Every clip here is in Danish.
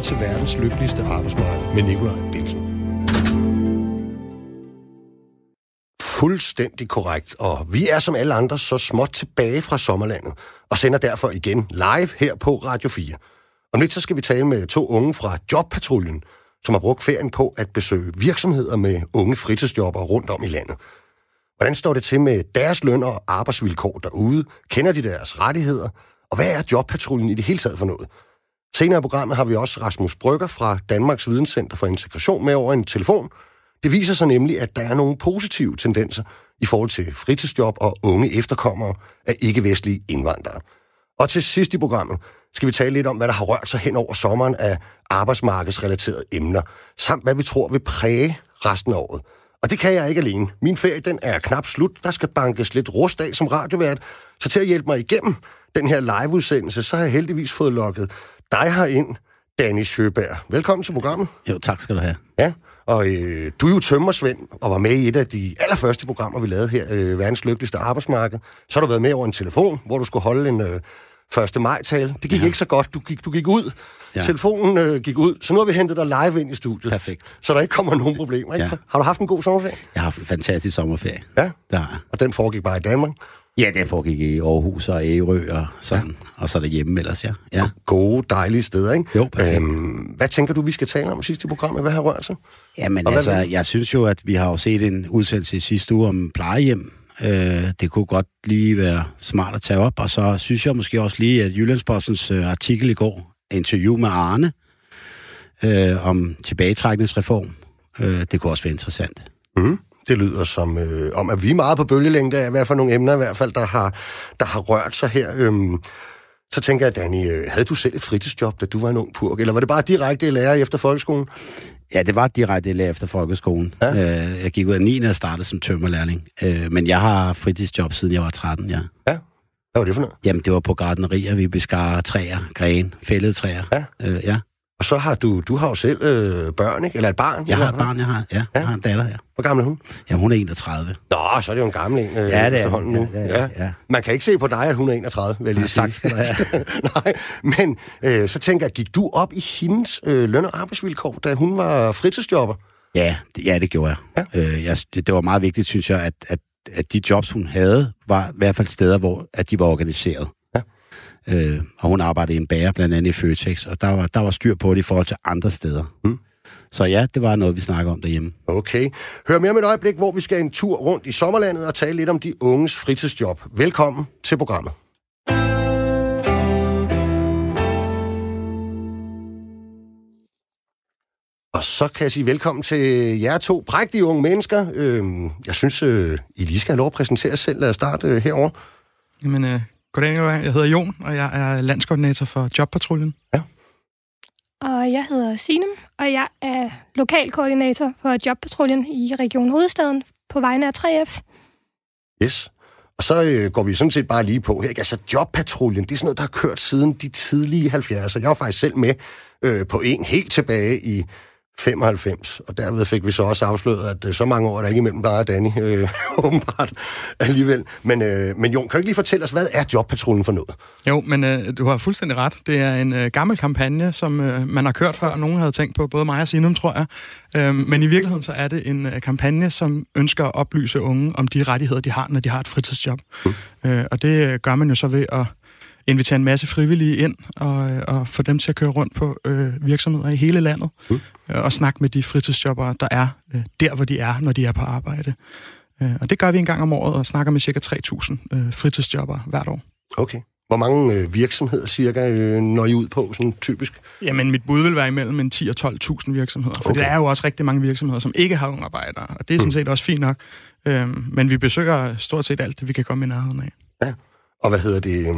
til verdens lykkeligste arbejdsmarked med Nikolaj Bilsen. Fuldstændig korrekt, og vi er som alle andre så småt tilbage fra sommerlandet, og sender derfor igen live her på Radio 4. Om lidt så skal vi tale med 2 unge fra Jobpatruljen, som har brugt ferien på at besøge virksomheder med unge fritidsjobber rundt om i landet. Hvordan står det til med deres løn og arbejdsvilkår derude? Kender de deres rettigheder? Og hvad er Jobpatruljen i det hele taget for noget? Senere i programmet har vi også Rasmus Brygger fra Danmarks Videnscenter for Integration med over en telefon. Det viser sig nemlig, at der er nogle positive tendenser i forhold til fritidsjob og unge efterkommere af ikke-vestlige indvandrere. Og til sidst i programmet skal vi tale lidt om, hvad der har rørt sig hen over sommeren af arbejdsmarkedsrelaterede emner, samt hvad vi tror vil præge resten af året. Og det kan jeg ikke alene. Min ferie, den er knap slut. Der skal bankes lidt rust af som radiovært. Så til at hjælpe mig igennem den her liveudsendelse, så har jeg heldigvis fået lukket dig herind, Danny Sjøberg. Velkommen til programmet. Jo, tak skal du have. Ja, og du er jo tømmersvend og var med i et af de allerførste programmer, vi lavede her, verdens lykkeligste arbejdsmarked. Så har du været med over en telefon, hvor du skulle holde en 1. maj-tale. Det gik ikke så godt. Du gik ud. Ja. Telefonen gik ud. Så nu har vi hentet dig live ind i studiet. Perfekt. Så der ikke kommer nogen problemer. Ikke? Ja. Har du haft en god sommerferie? Jeg har haft en fantastisk sommerferie. Ja? Og den foregik bare i Danmark? Ja, den foregik i Aarhus og Ærø og sådan. Ja. Og så derhjemme ellers, ja. Gode, dejlige steder, ikke? Jo, hvad tænker du, vi skal tale om sidst i programmet? Hvad har rørt sig? Jamen altså, jeg synes jo, at vi har jo set en udsendelse i sidste uge om plejehjem. Det kunne godt lige være smart at tage op. Og så synes jeg måske også lige, at Jyllandspostens artikel i går, interview med Arne, om tilbagetrækningsreform, det kunne også være interessant. Mm. Det lyder som om, at vi er meget på bølgelængde af, hvad for nogle emner i hvert fald, der har rørt sig her. Så tænker jeg, Danny, havde du selv et fritidsjob, da du var en ung purk? Eller var det bare direkte lærer efter folkeskolen? Ja, det var direkte lærer efter folkeskolen. Ja. Jeg gik ud af 9. og startede som tømmerlærling. Men jeg har fritidsjob, siden jeg var 13, ja. Ja? Hvad var det for noget? Jamen, det var på gartnerier. Vi beskar træer, grene, fældede træer. Ja. Ja. Og så har du har jo selv børn, ikke? Eller et barn? Jeg har et barn, jeg har en datter, ja. Hvor gammel er hun? Ja, hun er 31. Nå, så er det jo en gammel en efterhånden nu. Ja. Man kan ikke se på dig, at hun er 31, vil jeg lige sige. Tak skal du have. Nej, men så tænker jeg, gik du op i hendes løn- og arbejdsvilkår, da hun var fritidsjobber? Ja, det gjorde jeg. Ja? Det var meget vigtigt, synes jeg, at de jobs, hun havde, var i hvert fald steder, hvor at de var organiseret. Og hun arbejdede i en bager, blandt andet i Føtex, og der var styr på det i forhold til andre steder. Mm. Så ja, det var noget, vi snakker om derhjemme. Okay. Hør mere om et øjeblik, hvor vi skal en tur rundt i sommerlandet og tale lidt om de unges fritidsjob. Velkommen til programmet. Og så kan jeg sige velkommen til jer 2 prægtige unge mennesker. Jeg synes, I lige skal have lov at præsentere jer selv. Lad os starte herovre. Jamen, goddag, jeg hedder Jon, og jeg er landskoordinator for Jobpatruljen. Ja. Og jeg hedder Signe, og jeg er lokalkoordinator for Jobpatruljen i Region Hovedstaden på vegne af 3F. Yes. Og så går vi sådan set bare lige på her. Altså, Jobpatruljen, det er sådan noget, der har kørt siden de tidlige 70'er. Jeg var faktisk selv med på en helt tilbage i 95, og derved fik vi så også afsløret, at så mange år er der ikke imellem bare Danny, åbenbart alligevel. Men Jon, kan du ikke lige fortælle os, hvad er Jobpatruljen for noget? Jo, men du har fuldstændig ret. Det er en gammel kampagne, som man har kørt før, og nogen havde tænkt på, både mig og Sinum, tror jeg. Men i virkeligheden så er det en kampagne, som ønsker at oplyse unge om de rettigheder, de har, når de har et fritidsjob. Og det gør man jo så ved at invitere en masse frivillige ind og få dem til at køre rundt på virksomheder i hele landet og snakke med de fritidsjobbere, der er der, hvor de er, når de er på arbejde. Og det gør vi en gang om året og snakker med ca. 3.000 fritidsjobbere hvert år. Okay. Hvor mange virksomheder cirka når I ud på, sådan typisk? Jamen, mit bud vil være imellem en 10 og 12.000 virksomheder. For der er jo også rigtig mange virksomheder, som ikke har unge arbejdere, og det er sådan set også fint nok. Men vi besøger stort set alt det, vi kan komme i nærheden af. Ja, og hvad hedder det?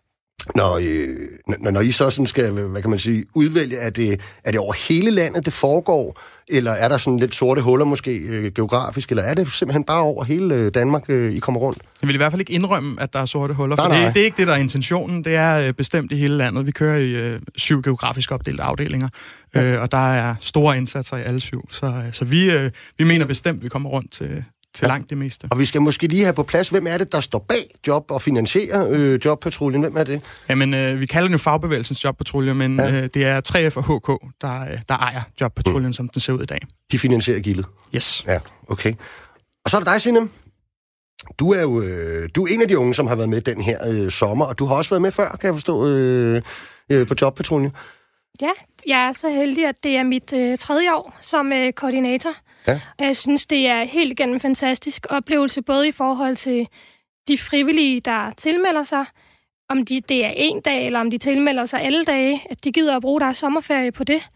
Når I så sådan skal, hvad kan man sige, udvælge, er det over hele landet, det foregår, eller er der sådan lidt sorte huller måske geografisk, eller er det simpelthen bare over hele Danmark, I kommer rundt? Jeg vil i hvert fald ikke indrømme, at der er sorte huller, for det er ikke det, der er intentionen. Det er bestemt i hele landet. Vi kører i 7 geografisk opdelte afdelinger, og der er store indsatser i alle 7. Så vi mener bestemt, at vi kommer rundt til langt det meste. Og vi skal måske lige have på plads, hvem er det, der står bag job og finansierer jobpatruljen? Hvem er det? Jamen, vi kalder den jo fagbevægelsens jobpatrulje, men det er 3F og HK, der ejer jobpatruljen, som den ser ud i dag. De finansierer gildet? Yes. Ja, okay. Og så er det dig, Signe. Du er jo en af de unge, som har været med den her sommer, og du har også været med før, kan jeg forstå, på jobpatruljen. Ja, jeg er så heldig, at det er mit 3. år som koordinator. Ja. Og jeg synes, det er helt igennem en fantastisk oplevelse, både i forhold til de frivillige, der tilmelder sig, om det er en dag, eller om de tilmelder sig alle dage, at de gider at bruge deres sommerferie på det.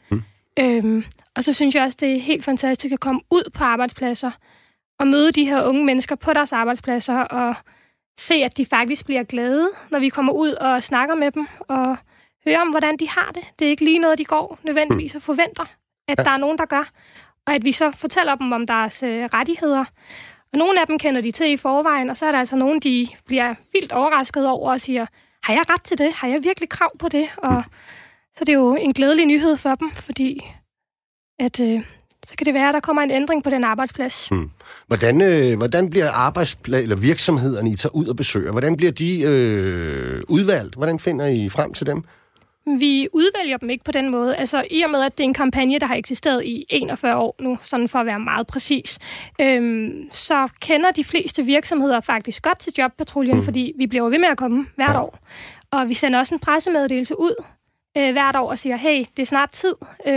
Og så synes jeg også, det er helt fantastisk at komme ud på arbejdspladser og møde de her unge mennesker på deres arbejdspladser og se, at de faktisk bliver glade, når vi kommer ud og snakker med dem og hører om, hvordan de har det. Det er ikke lige noget, de går nødvendigvis og forventer, at der er nogen, der gør. Og at vi så fortæller dem om deres rettigheder. Og nogle af dem kender de til i forvejen, og så er der altså nogen, de bliver vildt overrasket over og siger, har jeg ret til det? Har jeg virkelig krav på det? Og så det er jo en glædelig nyhed for dem, fordi at, så kan det være, at der kommer en ændring på den arbejdsplads. Hvordan bliver eller virksomhederne, I tager ud og besøger, hvordan bliver de udvalgt? Hvordan finder I frem til dem? Vi udvælger dem ikke på den måde. Altså, i og med, at det er en kampagne, der har eksisteret i 41 år nu, sådan for at være meget præcis, så kender de fleste virksomheder faktisk godt til jobpatruljen, fordi vi bliver ved med at komme hvert år. Og vi sender også en pressemeddelelse ud hvert år og siger, hey, det er snart tid.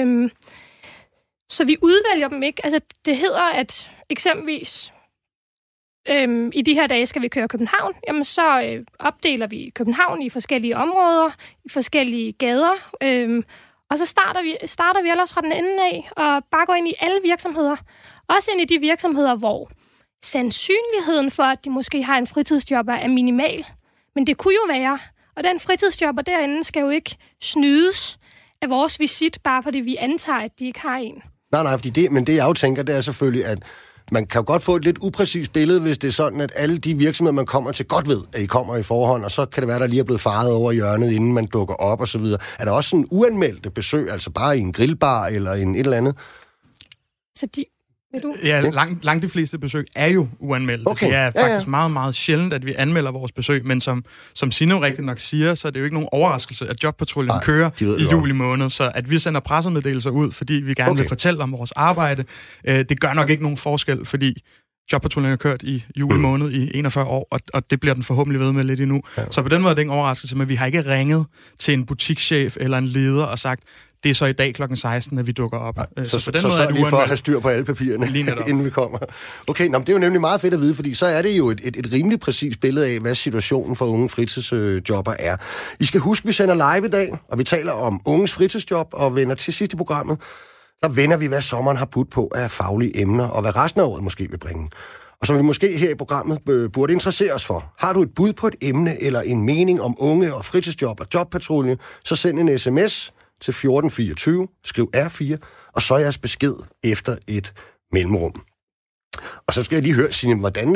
Så vi udvælger dem ikke. Altså, det hedder, at eksempelvis i de her dage skal vi køre København, jamen så opdeler vi København i forskellige områder, i forskellige gader, og så starter vi ellers fra den ende af, og bare går ind i alle virksomheder. Også ind i de virksomheder, hvor sandsynligheden for, at de måske har en fritidsjobber, er minimal. Men det kunne jo være, og den fritidsjobber derinde skal jo ikke snydes af vores visit, bare fordi vi antager, at de ikke har en. Nej, men det jeg jo tænker, det er selvfølgelig, at man kan jo godt få et lidt upræcist billede, hvis det er sådan, at alle de virksomheder, man kommer til, godt ved, at I kommer i forhånd, og så kan det være, der lige er blevet faret over hjørnet, inden man dukker op og så videre. Er der også sådan uanmeldte besøg, altså bare i en grillbar eller en et eller andet? Så Ja, langt de fleste besøg er jo uanmeldte. Okay. Det er faktisk meget, meget sjældent, at vi anmelder vores besøg, men som Signe rigtigt nok siger, så er det jo ikke nogen overraskelse, at jobpatruljen kører i juli måned, så at vi sender pressemeddelelser ud, fordi vi gerne vil fortælle om vores arbejde, det gør nok ikke nogen forskel, fordi jobpatruljen har kørt i juli måned i 41 år, og det bliver den forhåbentlig ved med lidt endnu. Ja. Så på den måde er det ikke en overraskelse, men vi har ikke ringet til en butikschef eller en leder og sagt, det er så i dag klokken 16, at vi dukker op. Nej, så på den måde er det lige for at have styr på alle papirerne, inden vi kommer. Okay, det er jo nemlig meget fedt at vide, fordi så er det jo et rimelig præcist billede af, hvad situationen for unge fritidsjobber er. I skal huske, vi sender live i dag, og vi taler om unges fritidsjob, og vender til sidst i programmet, der vender vi, hvad sommeren har budt på af faglige emner, og hvad resten af året måske vil bringe. Og som vi måske her i programmet burde interessere os for. Har du et bud på et emne, eller en mening om unge og fritidsjob og jobpatrulje, så send en sms til 1424, skriv R4, og så jeres besked efter et mellemrum. Og så skal jeg lige høre, Signe,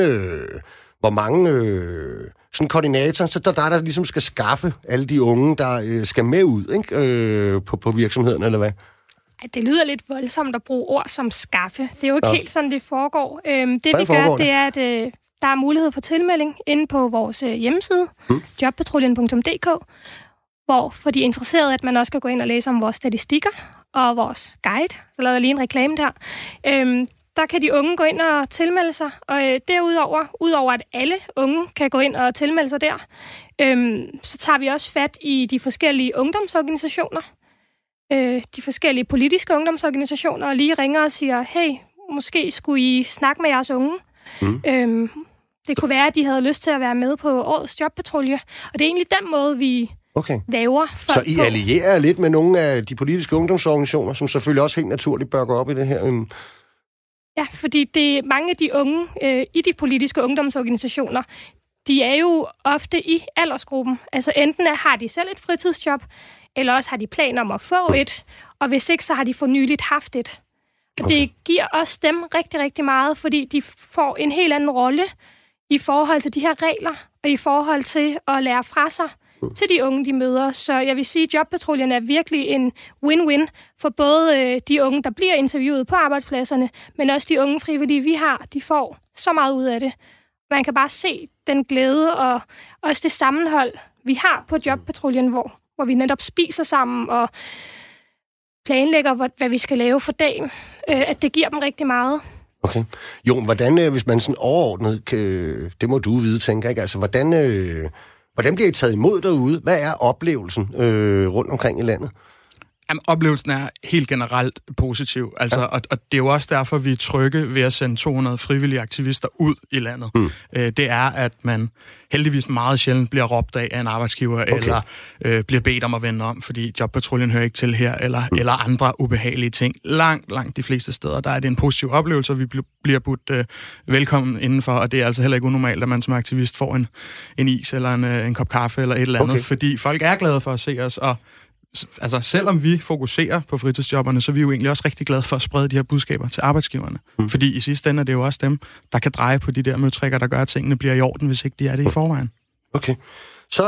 hvor mange sådan koordinatorer, så der ligesom skal skaffe alle de unge, der skal med ud, ikke? På virksomheden, eller hvad? Det lyder lidt voldsomt at bruge ord som skaffe. Det er jo ikke helt sådan, det foregår. Det vi gør, det er, at der er mulighed for tilmelding inde på vores hjemmeside, jobpatruljen.dk, hvor for de interesserede, at man også kan gå ind og læse om vores statistikker og vores guide. Så lader jeg lige en reklame der. Der kan de unge gå ind og tilmelde sig. Og udover at alle unge kan gå ind og tilmelde sig der, så tager vi også fat i de forskellige ungdomsorganisationer, de forskellige politiske ungdomsorganisationer, og lige ringer og siger, hey, måske skulle I snakke med jeres unge. Det kunne være, at de havde lyst til at være med på årets jobpatrulje. Og det er egentlig den måde, vi væver folk. Så I allierer lidt med nogle af de politiske ungdomsorganisationer, som selvfølgelig også helt naturligt bør gå op i det her? Ja, fordi det mange af de unge i de politiske ungdomsorganisationer, de er jo ofte i aldersgruppen. Altså enten har de selv et fritidsjob, eller også har de planer om at få et, og hvis ikke, så har de for nyligt haft et. Og det giver også dem rigtig, rigtig meget, fordi de får en helt anden rolle i forhold til de her regler, og i forhold til at lære fra sig til de unge, de møder. Så jeg vil sige, at jobpatruljen er virkelig en win-win for både de unge, der bliver interviewet på arbejdspladserne, men også de unge frivillige, vi har, de får så meget ud af det. Man kan bare se den glæde og også det sammenhold, vi har på Jobpatruljen, hvor vi netop spiser sammen og planlægger, hvad vi skal lave for dagen. At det giver dem rigtig meget. Okay. Jon, hvordan, hvis man sådan overordnet, det må du vide, tænker jeg, altså, hvordan bliver I taget imod derude? Hvad er oplevelsen rundt omkring i landet? Jamen, oplevelsen er helt generelt positiv, altså, og det er jo også derfor, vi er trygge ved at sende 200 frivillige aktivister ud i landet. Det er, at man heldigvis meget sjældent bliver råbt af en arbejdsgiver, eller bliver bedt om at vende om, fordi Jobpatruljen hører ikke til her, eller andre ubehagelige ting. Langt de fleste steder, der er det en positiv oplevelse, og vi bliver budt velkommen indenfor, og det er altså heller ikke unormalt, at man som aktivist får en is, eller en kop kaffe, eller et eller andet, fordi folk er glade for at se os, og altså, selvom vi fokuserer på fritidsjobberne, så er vi jo egentlig også rigtig glade for at sprede de her budskaber til arbejdsgiverne. Fordi i sidste ende er det jo også dem, der kan dreje på de der møtrikker, der gør, at tingene bliver i orden, hvis ikke de er det i forvejen. Okay. Så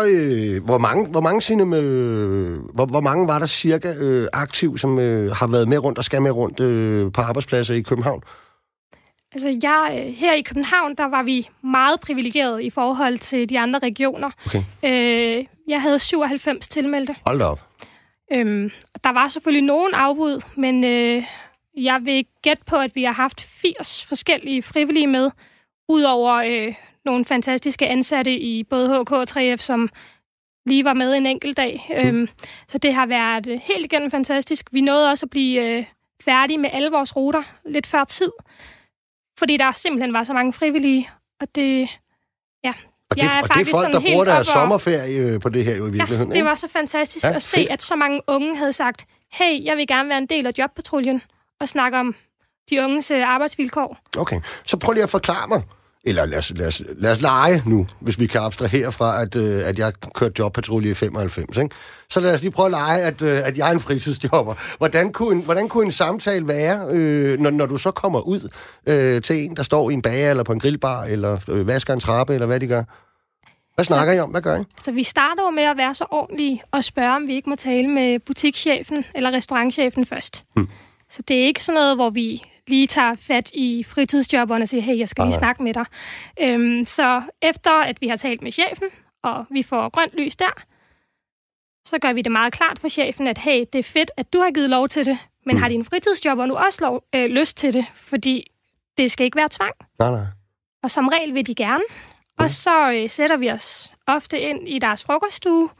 hvor mange var der cirka aktiv, som har været med rundt og skal med rundt på arbejdspladser i København? Altså, her i København, der var vi meget privilegerede i forhold til de andre regioner. Okay. Jeg havde 97 tilmeldte. Hold da op. Der var selvfølgelig nogen afbud, men jeg vil gætte på, at vi har haft 80 forskellige frivillige med, udover nogle fantastiske ansatte i både HK og 3F, som lige var med en enkelt dag. Så det har været helt igennem fantastisk. Vi nåede også at blive færdige med alle vores ruter lidt før tid, fordi der simpelthen var så mange frivillige, og det... Ja. Og det er folk, der bruger deres sommerferie på det her jo i virkeligheden. Ja, det var så fantastisk at se, at så mange unge havde sagt, hey, jeg vil gerne være en del af Jobpatruljen og snakke om de unges arbejdsvilkår. Okay, så prøv lige at forklare mig, eller lad os lege nu, hvis vi kan abstrahere fra, at jeg kørte Jobpatrulje i 95, ikke? Så lad os lige prøve at lege, at jeg er en fritidsjobber. Hvordan kunne en samtale være, når du så kommer ud til en, der står i en bager, eller på en grillbar, eller vasker en trappe, eller hvad de gør? Hvad snakker I om? Hvad gør I? Så vi starter jo med at være så ordentlige og spørge, om vi ikke må tale med butikschefen eller restaurantchefen først. Så det er ikke sådan noget, hvor vi lige tager fat i fritidsjobberne og siger, hey, jeg skal lige snakke med dig. Så efter, at vi har talt med chefen, og vi får grønt lys der, så gør vi det meget klart for chefen, at hey, det er fedt, at du har givet lov til det, men har dine fritidsjobber nu også lyst til det? Fordi det skal ikke være tvang. Nej. Og som regel vil de gerne. Og så sætter vi os ofte ind i deres frokoststue,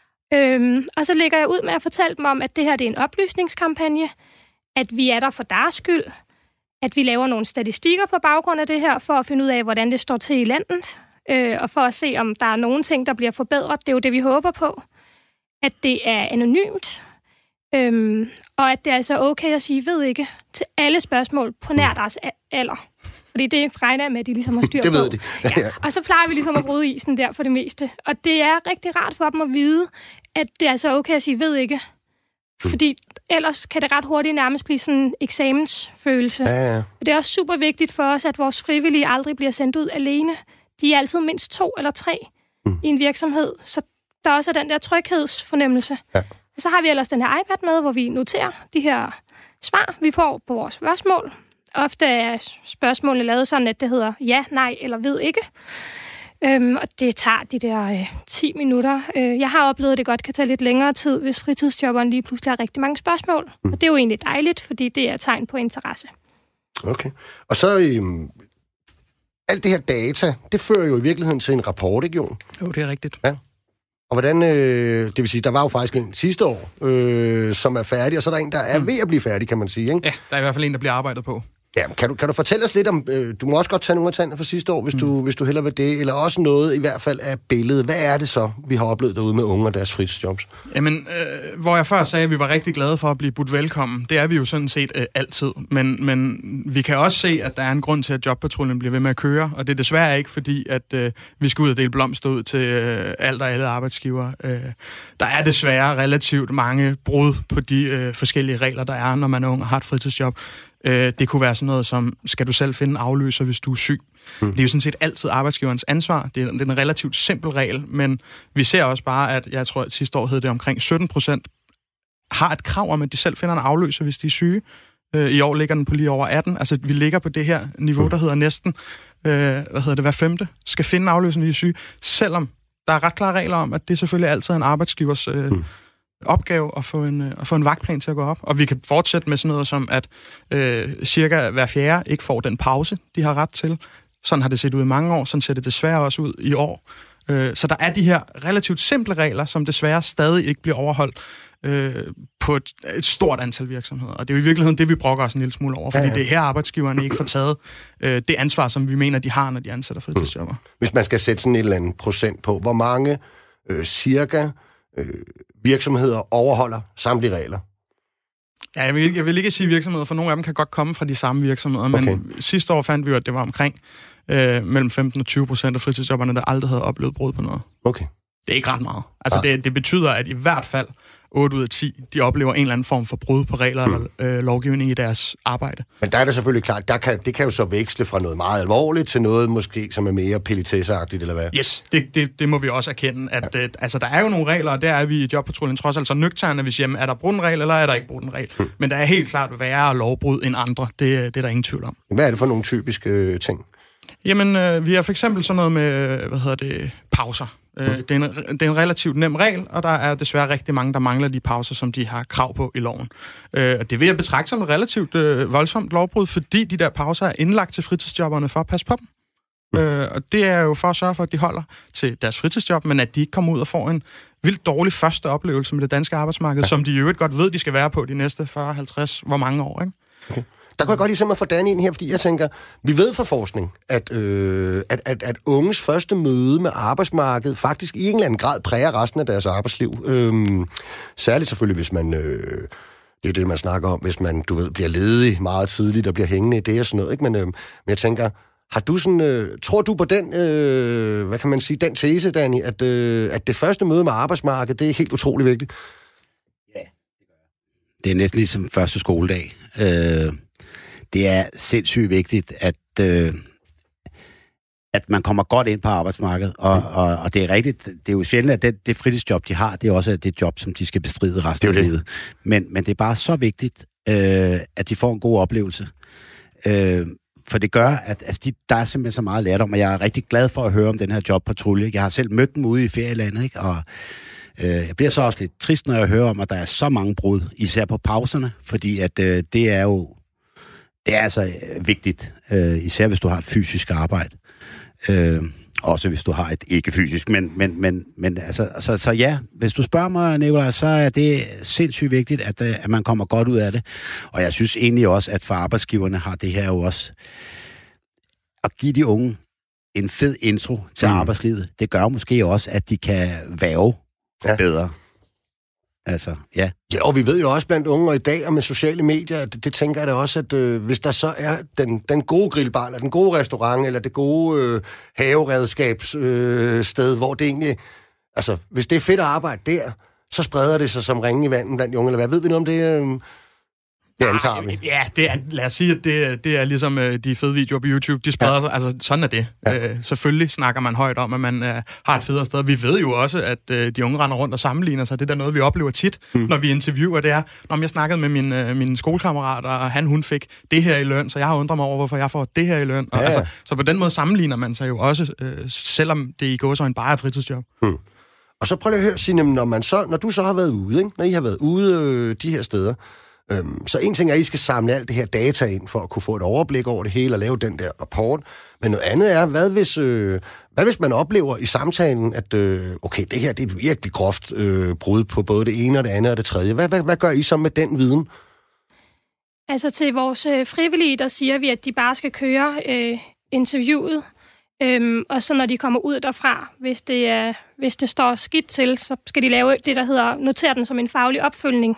og så lægger jeg ud med at fortælle dem om, at det her det er en oplysningskampagne, at vi er der for deres skyld, at vi laver nogle statistikker på baggrund af det her, for at finde ud af, hvordan det står til i landet, og for at se, om der er nogle ting, der bliver forbedret. Det er jo det, vi håber på. At det er anonymt, og at det er altså okay at sige, ved ikke, til alle spørgsmål på nær deres alder. Fordi det regner jeg med, at de ligesom har styr på. Det ved de. Ja. Og så plejer vi ligesom at bryde isen der for det meste. Og det er rigtig rart for dem at vide, at det er altså okay at sige, ved ikke. Fordi ellers kan det ret hurtigt nærmest blive sådan en eksamensfølelse. Ja. Og det er også super vigtigt for os, at vores frivillige aldrig bliver sendt ud alene. De er altid mindst 2 eller 3 i en virksomhed, så der også er den der tryghedsfornemmelse. Ja. Og så har vi ellers den her iPad med, hvor vi noterer de her svar, vi får på vores spørgsmål. Ofte er spørgsmålene lavet sådan, at det hedder ja, nej eller ved ikke. Og det tager de der 10 minutter. Jeg har oplevet, at det godt kan tage lidt længere tid, hvis fritidsjobberen lige pludselig har rigtig mange spørgsmål. Og det er jo egentlig dejligt, fordi det er tegn på interesse. Okay. Og så alt det her data, det fører jo i virkeligheden til en rapport, ikke Jon? Jo, det er rigtigt. Ja. Og hvordan, det vil sige, der var jo faktisk en sidste år, som er færdig, og så er der en, der er ved at blive færdig, kan man sige, ikke? Ja, der er i hvert fald en, der bliver arbejdet på. Ja, kan du fortælle os lidt om, du må også godt tage nogle af tallene fra sidste år, hvis du hellere vil det, eller også noget i hvert fald af billedet. Hvad er det så, vi har oplevet derude med unge og deres fritidsjobs? Jamen, hvor jeg før sagde, at vi var rigtig glade for at blive budt velkommen, det er vi jo sådan set altid. Men vi kan også se, at der er en grund til, at Jobpatruljen bliver ved med at køre, og det er desværre ikke fordi, at vi skal ud og dele blomster ud til alt og alle arbejdsgivere. Der er desværre relativt mange brud på de forskellige regler, der er, når man er ung og har et fritidsjob. Det kunne være sådan noget som, skal du selv finde en afløser, hvis du er syg? Det er jo sådan set altid arbejdsgiverens ansvar. Det er en relativt simpel regel, men vi ser også bare, at jeg tror, at sidste år hed det omkring 17% har et krav om, at de selv finder en afløser, hvis de er syge. I år ligger den på lige over 18. Altså, vi ligger på det her niveau, der hedder næsten. hver femte, skal finde afløser, når de er syge, selvom der er ret klare regler om, at det selvfølgelig altid er en arbejdsgivers opgave at få en vagtplan til at gå op. Og vi kan fortsætte med sådan noget som, at cirka hver fjerde ikke får den pause, de har ret til. Sådan har det set ud i mange år, sådan ser det desværre også ud i år. Så der er de her relativt simple regler, som desværre stadig ikke bliver overholdt på et stort antal virksomheder. Og det er jo i virkeligheden det, vi brokker os en lille smule over, fordi det er her, arbejdsgiverne ikke får taget det ansvar, som vi mener, de har, når de ansætter fritidsjobber. Hvis man skal sætte sådan et eller andet procent på, hvor mange cirka virksomheder overholder samtlige regler? Ja, jeg vil ikke sige virksomheder, for nogle af dem kan godt komme fra de samme virksomheder, men sidste år fandt vi jo, at det var omkring mellem 15% og 20% af fritidsjobberne, der aldrig havde oplevet brud på noget. Okay. Det er ikke ret meget. Altså det betyder, at i hvert fald 8 ud af 10, de oplever en eller anden form for brud på regler eller lovgivning i deres arbejde. Men der er det selvfølgelig klart, det kan jo så veksle fra noget meget alvorligt til noget måske, som er mere petitesseagtigt, eller hvad? Yes, det må vi også erkende. At, altså, der er jo nogle regler, og der er vi i Jobpatruljen trods alt så nøgterne, hvis er der brudt en regel, eller er der ikke brudt en regel. Men der er helt klart værre lovbrud end andre. Det er der ingen tvivl om. Hvad er det for nogle typiske ting? Jamen, vi har for eksempel sådan noget med, pauser. Det er en relativt nem regel, og der er desværre rigtig mange, der mangler de pauser, som de har krav på i loven. Og det vil jeg betragte som et relativt voldsomt lovbrud, fordi de der pauser er indlagt til fritidsjobberne for at passe på dem. Og det er jo for at sørge for, at de holder til deres fritidsjob, men at de ikke kommer ud og får en vildt dårlig første oplevelse med det danske arbejdsmarked, som de jo godt ved, de skal være på de næste 40-50, hvor mange år, ikke? Okay. Der kan jeg godt lige simpelthen få Dan ind her, fordi jeg tænker, vi ved fra forskning, at unges første møde med arbejdsmarkedet faktisk i en eller anden grad præger resten af deres arbejdsliv. Særligt selvfølgelig, hvis man, det er det, man snakker om, hvis man, bliver ledig meget tidligt og bliver hængende i det og sådan noget, ikke? Men jeg tænker, har du sådan, tror du på den, hvad kan man sige, den tese, Danny, at det første møde med arbejdsmarkedet, det er helt utrolig vigtigt? Ja, det gør jeg. Det er næsten ligesom første skoledag. Det er sindssygt vigtigt, at man kommer godt ind på arbejdsmarkedet, og det er rigtigt, det er jo sjældent, at det fritidsjob, de har, det er også det job, som de skal bestride resten af livet. Men det er bare så vigtigt, at de får en god oplevelse. For det gør, at der er simpelthen så meget lært om, og jeg er rigtig glad for at høre om den her jobpatrulje. Jeg har selv mødt dem ude i ferielandet, ikke? Og jeg bliver så også lidt trist, når jeg hører om, at der er så mange brud, især på pauserne, fordi at det er altså vigtigt, især hvis du har et fysisk arbejde. Også hvis du har et ikke-fysisk, men altså, så ja, hvis du spørger mig, Nicolaj, så er det sindssygt vigtigt, at man kommer godt ud af det. Og jeg synes egentlig også, at for arbejdsgiverne har det her jo også at give de unge en fed intro til arbejdslivet. Det gør måske også, at de kan væve bedre. Altså, ja. Ja, og vi ved jo også blandt unge og i dag, og med sociale medier, det tænker jeg da også, at hvis der så er den gode grillbar, eller den gode restaurant, eller det gode haveredskabssted, hvor det egentlig, altså, hvis det er fedt at arbejde der, så spreder det sig som ringen i vandet blandt de unge, eller hvad ved vi noget om det? Det antager vi. Ja, lad os sige, at det er ligesom de fede videoer på YouTube, de spreder sig, altså sådan er det. Ja. Selvfølgelig snakker man højt om, at man har et federe sted. Vi ved jo også, at de unge render rundt og sammenligner sig. Det er der noget, vi oplever tit, når vi interviewer. Det er, når jeg snakkede med min skolekammerat, og hun fik det her i løn, så jeg har undret mig over, hvorfor jeg får det her i løn. Og, altså, så på den måde sammenligner man sig jo også, selvom det i gåseøjne bare er fritidsjob. Og så prøv at høre, Signe, når du så har været ude, ikke? Når I har været ude de her steder, så en ting er, at I skal samle alt det her data ind, for at kunne få et overblik over det hele og lave den der rapport. Men noget andet er, hvad hvis man oplever i samtalen, at okay, det her det er et virkelig groft brud på både det ene og det andet og det tredje. Hvad gør I så med den viden? Altså til vores frivillige, der siger vi, at de bare skal køre interviewet. Og så når de kommer ud derfra, hvis det står skidt til, så skal de lave det, der hedder, notere den som en faglig opfølgning.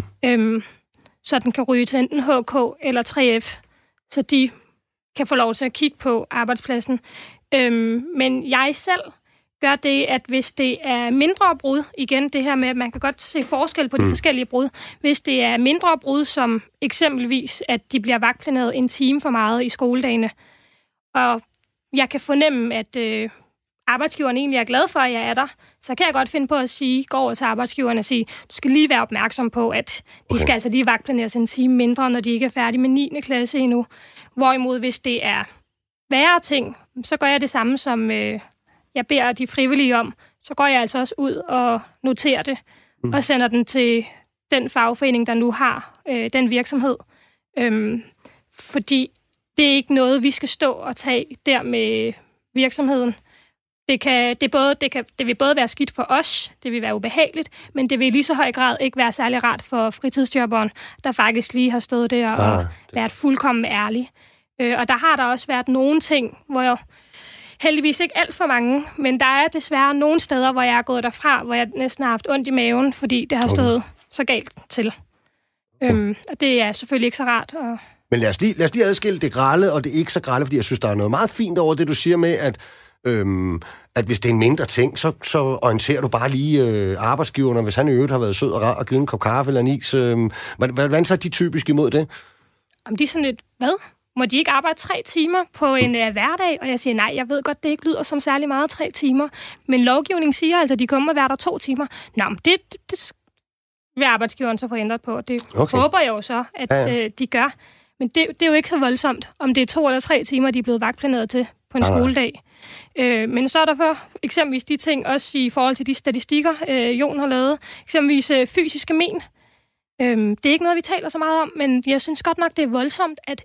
Så den kan ryge til enten HK eller 3F, så de kan få lov til at kigge på arbejdspladsen. Men jeg selv gør det, at hvis det er mindre brud, igen det her med, at man kan godt se forskel på de forskellige brud, hvis det er mindre brud, som eksempelvis, at de bliver vagtplaneret en time for meget i skoledagene, og jeg kan fornemme, at arbejdsgiveren egentlig er glad for, at jeg er der, så kan jeg godt finde på at gå over til arbejdsgiveren og sige, du skal lige være opmærksom på, at de skal altså lige vagtplaneres en time mindre, når de ikke er færdige med 9. klasse endnu. Hvorimod, hvis det er værre ting, så gør jeg det samme, som jeg beder de frivillige om. Så går jeg altså også ud og noterer det, og sender den til den fagforening, der nu har den virksomhed. Fordi det er ikke noget, vi skal stå og tage der med virksomheden. Det vil både være skidt for os, det vil være ubehageligt, men det vil i lige så høj grad ikke være særlig rart for fritidsjobberen, der faktisk lige har stået der og været fuldkommen ærlig. Og der har der også været nogle ting, hvor jeg heldigvis ikke alt for mange, men der er desværre nogle steder, hvor jeg er gået derfra, hvor jeg næsten har haft ondt i maven, fordi det har stået så galt til. Og det er selvfølgelig ikke så rart. Men lad os lige adskille det grelle og det ikke så grelle, fordi jeg synes, der er noget meget fint over det, du siger med, at hvis det er en mindre ting, så orienterer du bare lige arbejdsgiverne, hvis han i øvrigt har været sød og rar og givet en kop kaffe eller en is. Hvordan så er de typisk imod det? Om de er sådan lidt, hvad? Må de ikke arbejde 3 timer på en hverdag? Og jeg siger, nej, jeg ved godt, det ikke lyder som særlig meget 3 timer. Men lovgivningen siger altså, at de kommer være der 2 timer. Nå, men det vil arbejdsgiveren så få ændret på. Det håber jeg jo så, at de gør. Men det er jo ikke så voldsomt, om det er 2 eller 3 timer, de er blevet vagtplaneret til på en skoledag. Men så er der for eksempelvis de ting, også i forhold til de statistikker, Jon har lavet. Eksempelvis fysiske men. Det er ikke noget, vi taler så meget om, men jeg synes godt nok, det er voldsomt, at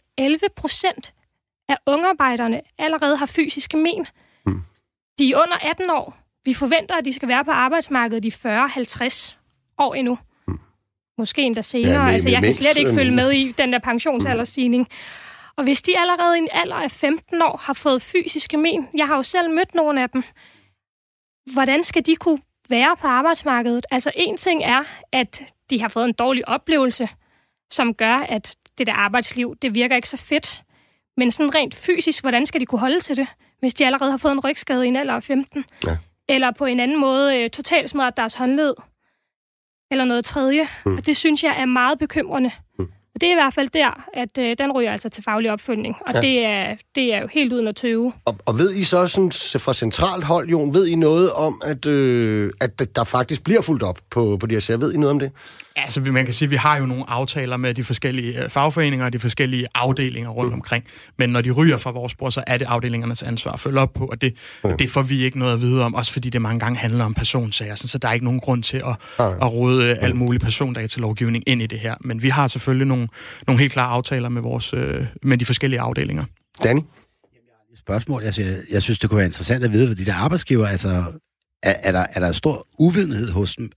11% af ungarbejderne allerede har fysiske men. De er under 18 år. Vi forventer, at de skal være på arbejdsmarkedet i 40-50 år endnu. Måske endda senere. Jeg kan slet ikke følge med i den der pensionsaldersstigning. Og hvis de allerede i en alder af 15 år har fået fysiske men, jeg har jo selv mødt nogle af dem, hvordan skal de kunne være på arbejdsmarkedet? Altså en ting er, at de har fået en dårlig oplevelse, som gør, at det der arbejdsliv, det virker ikke så fedt. Men sådan rent fysisk, hvordan skal de kunne holde til det, hvis de allerede har fået en rygskade i en alder af 15? Ja. Eller på en anden måde totalt smadret deres håndled, eller noget tredje. Og det synes jeg er meget bekymrende. Og det er i hvert fald der, at den ryger altså til faglig opfølgning. Og det er jo helt uden at tøve. Og ved I så sådan, fra centralt hold, Jon, ved I noget om, at der faktisk bliver fulgt op på de her sager? Ved I noget om det? Altså, man kan sige, at vi har jo nogle aftaler med de forskellige fagforeninger og de forskellige afdelinger rundt omkring. Men når de ryger fra vores bord, så er det afdelingernes ansvar at følge op på, og det får vi ikke noget at vide om, også fordi det mange gange handler om personsager, så der er ikke nogen grund til at rode alt muligt persondatalovgivning ind i det her. Men vi har selvfølgelig nogle helt klare aftaler med de forskellige afdelinger. Danny? Spørgsmål. Jeg synes, det kunne være interessant at vide, hvad de der arbejdsgiver, altså, er der stor uvidenhed hos dem?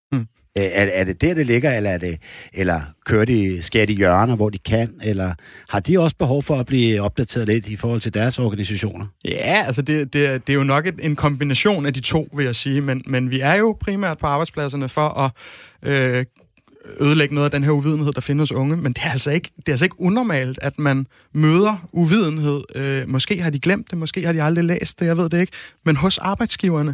Er det der, det ligger, eller skærer de hjørner, hvor de kan, eller har de også behov for at blive opdateret lidt i forhold til deres organisationer? Ja, altså det er jo nok en kombination af de to, vil jeg sige, men vi er jo primært på arbejdspladserne for at ødelægge noget af den her uvidenhed, der findes unge, men det er altså ikke unormalt, at man møder uvidenhed. Måske har de glemt det, måske har de aldrig læst det, jeg ved det ikke, men hos arbejdsgiverne.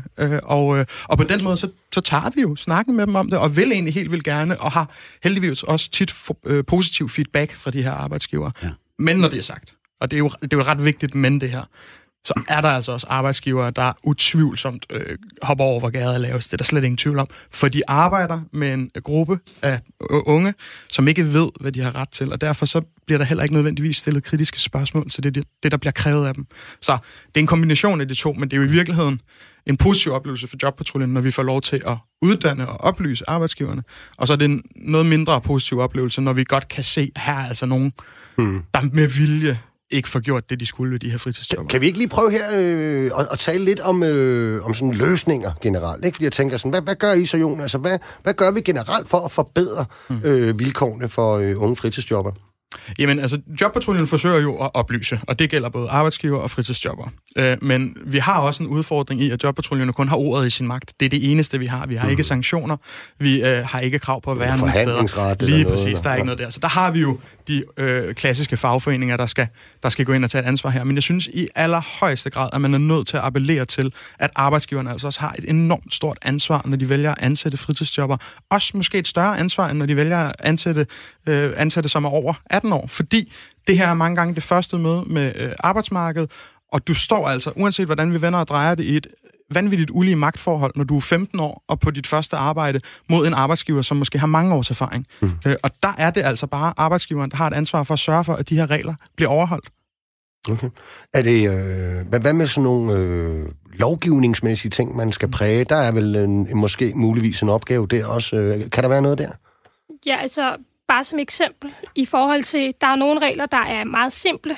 Og på den måde, så tager vi jo snakken med dem om det, og vil egentlig helt vildt gerne, og har heldigvis også tit positiv feedback fra de her arbejdsgivere. Ja. Men når det er sagt, og det er jo ret vigtigt, men det her, så er der altså også arbejdsgivere, der utvivlsomt hopper over, hvor gader laves. Det er der slet ingen tvivl om. For de arbejder med en gruppe af unge, som ikke ved, hvad de har ret til, og derfor så bliver der heller ikke nødvendigvis stillet kritiske spørgsmål til det, der bliver krævet af dem. Så det er en kombination af de to, men det er jo i virkeligheden en positiv oplevelse for Jobpatruljen, når vi får lov til at uddanne og oplyse arbejdsgiverne. Og så er det en noget mindre positiv oplevelse, når vi godt kan se, at her er altså nogen, der med vilje ikke får gjort det, de skulle ved de her fritidsjobber. Kan vi ikke lige prøve her at tale lidt om sådan løsninger generelt? Ikke? Fordi jeg tænker sådan, hvad gør I så, Jon? Altså, hvad gør vi generelt for at forbedre vilkårene for unge fritidsjobber? Jamen, altså, Jobpatruljen forsøger jo at oplyse, og det gælder både arbejdsgiver og fritidsjobber. Men vi har også en udfordring i, at Jobpatruljen kun har ordet i sin magt. Det er det eneste, vi har. Vi har ikke sanktioner. Vi har ikke krav på at være nogle steder. Lige præcis, der er ikke noget der. Så der har vi jo de klassiske fagforeninger, der skal gå ind og tage et ansvar her. Men jeg synes i allerhøjeste grad, at man er nødt til at appellere til, at arbejdsgiverne altså også har et enormt stort ansvar, når de vælger at ansætte fritidsjobber. Også måske et større ansvar, end når de vælger at ansætte som er over 18 år. Fordi det her er mange gange det første møde med arbejdsmarkedet, og du står altså, uanset hvordan vi vender og drejer det, i et vanvittigt ulige magtforhold, når du er 15 år og på dit første arbejde mod en arbejdsgiver, som måske har mange års erfaring. Og der er det altså bare arbejdsgiveren, der har et ansvar for at sørge for, at de her regler bliver overholdt. Okay. Er det, hvad med sådan nogle lovgivningsmæssige ting, man skal præge? Der er vel måske muligvis en opgave der også. Kan der være noget der? Ja, altså bare som eksempel i forhold til, der er nogle regler, der er meget simple.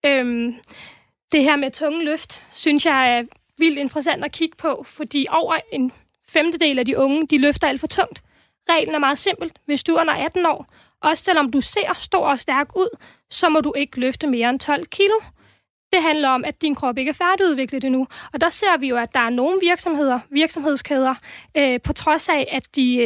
Det her med tunge løft, synes jeg er vildt interessant at kigge på, fordi over en femtedel af de unge, de løfter alt for tungt. Reglen er meget simpelt. Hvis du er under 18 år, også selvom du ser stor og stærk ud, så må du ikke løfte mere end 12 kilo. Det handler om, at din krop ikke er færdigudviklet endnu. Og der ser vi jo, at der er nogle virksomhedskæder, på trods af, at de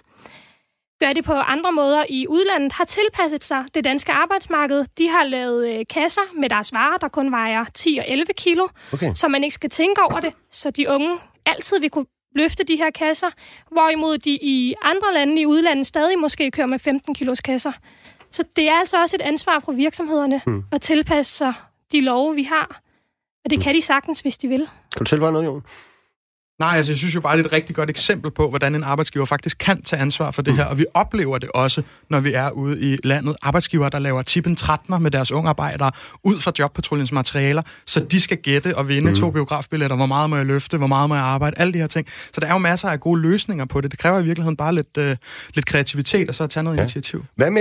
gør det på andre måder i udlandet, har tilpasset sig det danske arbejdsmarked. De har lavet kasser med deres varer, der kun vejer 10 og 11 kilo, så man ikke skal tænke over det, så de unge altid vil kunne løfte de her kasser, hvorimod de i andre lande i udlandet stadig måske kører med 15 kilos kasser. Så det er altså også et ansvar for virksomhederne at tilpasse sig de love, vi har. Og det kan de sagtens, hvis de vil. Kan du tilføje noget, Jon? Nej, altså jeg synes jo bare, det er et rigtig godt eksempel på, hvordan en arbejdsgiver faktisk kan tage ansvar for det her, og vi oplever det også, når vi er ude i landet. Arbejdsgivere, der laver tippen 13'er med deres unge arbejdere ud fra Jobpatruljens materialer, så de skal gætte og vinde 2 biografbilletter, hvor meget må jeg løfte, hvor meget må jeg arbejde, alle de her ting. Så der er jo masser af gode løsninger på det. Det kræver i virkeligheden bare lidt kreativitet, og så at tage noget initiativ. Hvad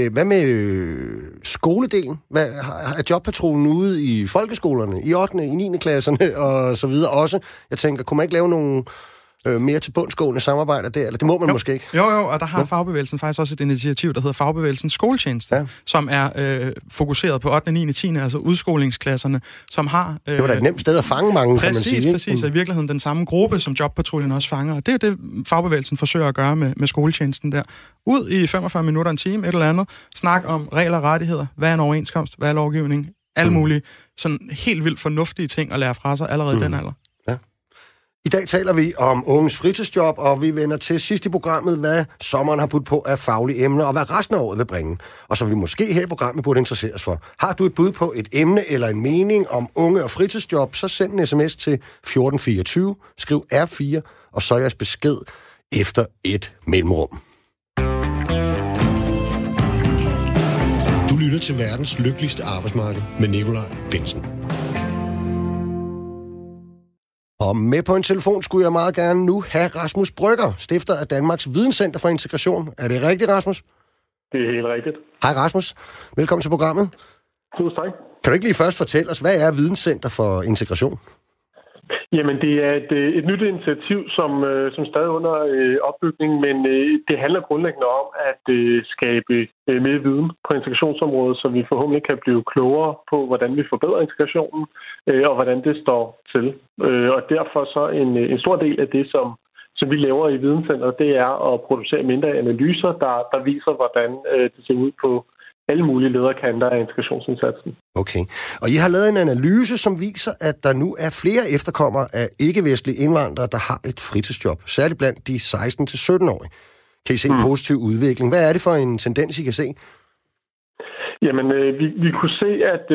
med skoledelen? Er Jobpatruljen ude i folkeskolerne, i 8. i 9. klasserne og så videre også? Jeg tænker, kunne man ikke lave nogle mere til bundsgående samarbejder der? Eller det må man måske ikke? Jo, og der har fagbevægelsen faktisk også et initiativ, der hedder Fagbevægelsens skoletjeneste, som er fokuseret på 8., 9., 10., altså udskolingsklasserne, som har... det var da et nemt sted at fange mange, kan man sige. Præcis, og i virkeligheden den samme gruppe, som Jobpatruljen også fanger. Og det er det, fagbevægelsen forsøger at gøre med skoletjenesten der. Ud i 45 minutter, en time, et eller andet. Snak om regler og rettigheder. Hvad er en overenskomst? Hvad er lovgivning? Alle mulige sådan helt vildt fornuftige ting at lære fra sig allerede i den alder. I dag taler vi om unges fritidsjob, og vi vender til sidst i programmet, hvad sommeren har budt på af faglige emner, og hvad resten af året vil bringe. Og som vi måske her i programmet burde interessere os for. Har du et bud på et emne eller en mening om unge og fritidsjob, så send en sms til 1424, skriv R4, og så jeres besked efter et mellemrum. Du lytter til verdens lykkeligste arbejdsmarked med Nikolaj Bensen. Og med på en telefon skulle jeg meget gerne nu have Rasmus Brøgger, stifter af Danmarks Videnscenter for Integration. Er det rigtigt, Rasmus? Det er helt rigtigt. Hej Rasmus. Velkommen til programmet. Tusind tak. Kan du ikke lige først fortælle os, hvad er Videnscenter for Integration? Jamen, det er et nyt initiativ, som stadig er under opbygning, men det handler grundlæggende om at skabe mere viden på integrationsområdet, så vi forhåbentlig kan blive klogere på, hvordan vi forbedrer integrationen, og hvordan det står til. Og derfor så en stor del af det, som vi laver i Videnscenteret, det er at producere mindre analyser, der viser, hvordan det ser ud på alle mulige lederkanter af integrationsindsatsen. Okay. Og I har lavet en analyse, som viser, at der nu er flere efterkommere af ikke-vestlige indvandrere, der har et fritidsjob, særligt blandt de 16-17-årige. Kan I se en positiv udvikling? Hvad er det for en tendens, I kan se? Jamen, vi kunne se, at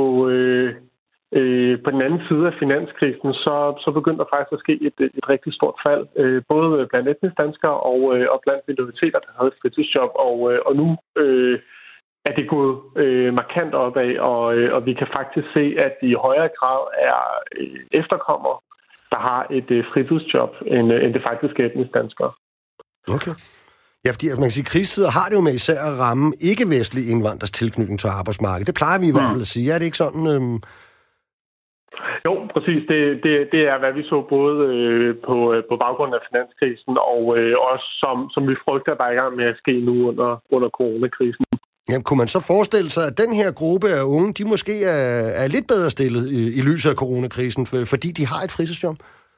på den anden side af finanskrisen, så begyndte der faktisk at ske et rigtig stort fald, både blandt etniske danskere og blandt minoriteter, der havde et fritidsjob, og nu er det gået markant opad, og vi kan faktisk se, at det i højere grad er efterkommere, der har et fritidsjob, end det faktisk er etniske danskere. Okay. Ja, fordi man kan sige, at krisetider har det jo med især at ramme ikke-vestlige indvandrers tilknytning til arbejdsmarkedet. Det plejer vi i hvert fald at sige. Er det ikke sådan? Jo, præcis. Det er, hvad vi så både på baggrund af finanskrisen, og også som vi frygter, der er i gang med at ske nu under coronakrisen. Jamen, kunne man så forestille sig, at den her gruppe af unge, de måske er lidt bedre stillet i lyset af coronakrisen, fordi de har et fritidsjob?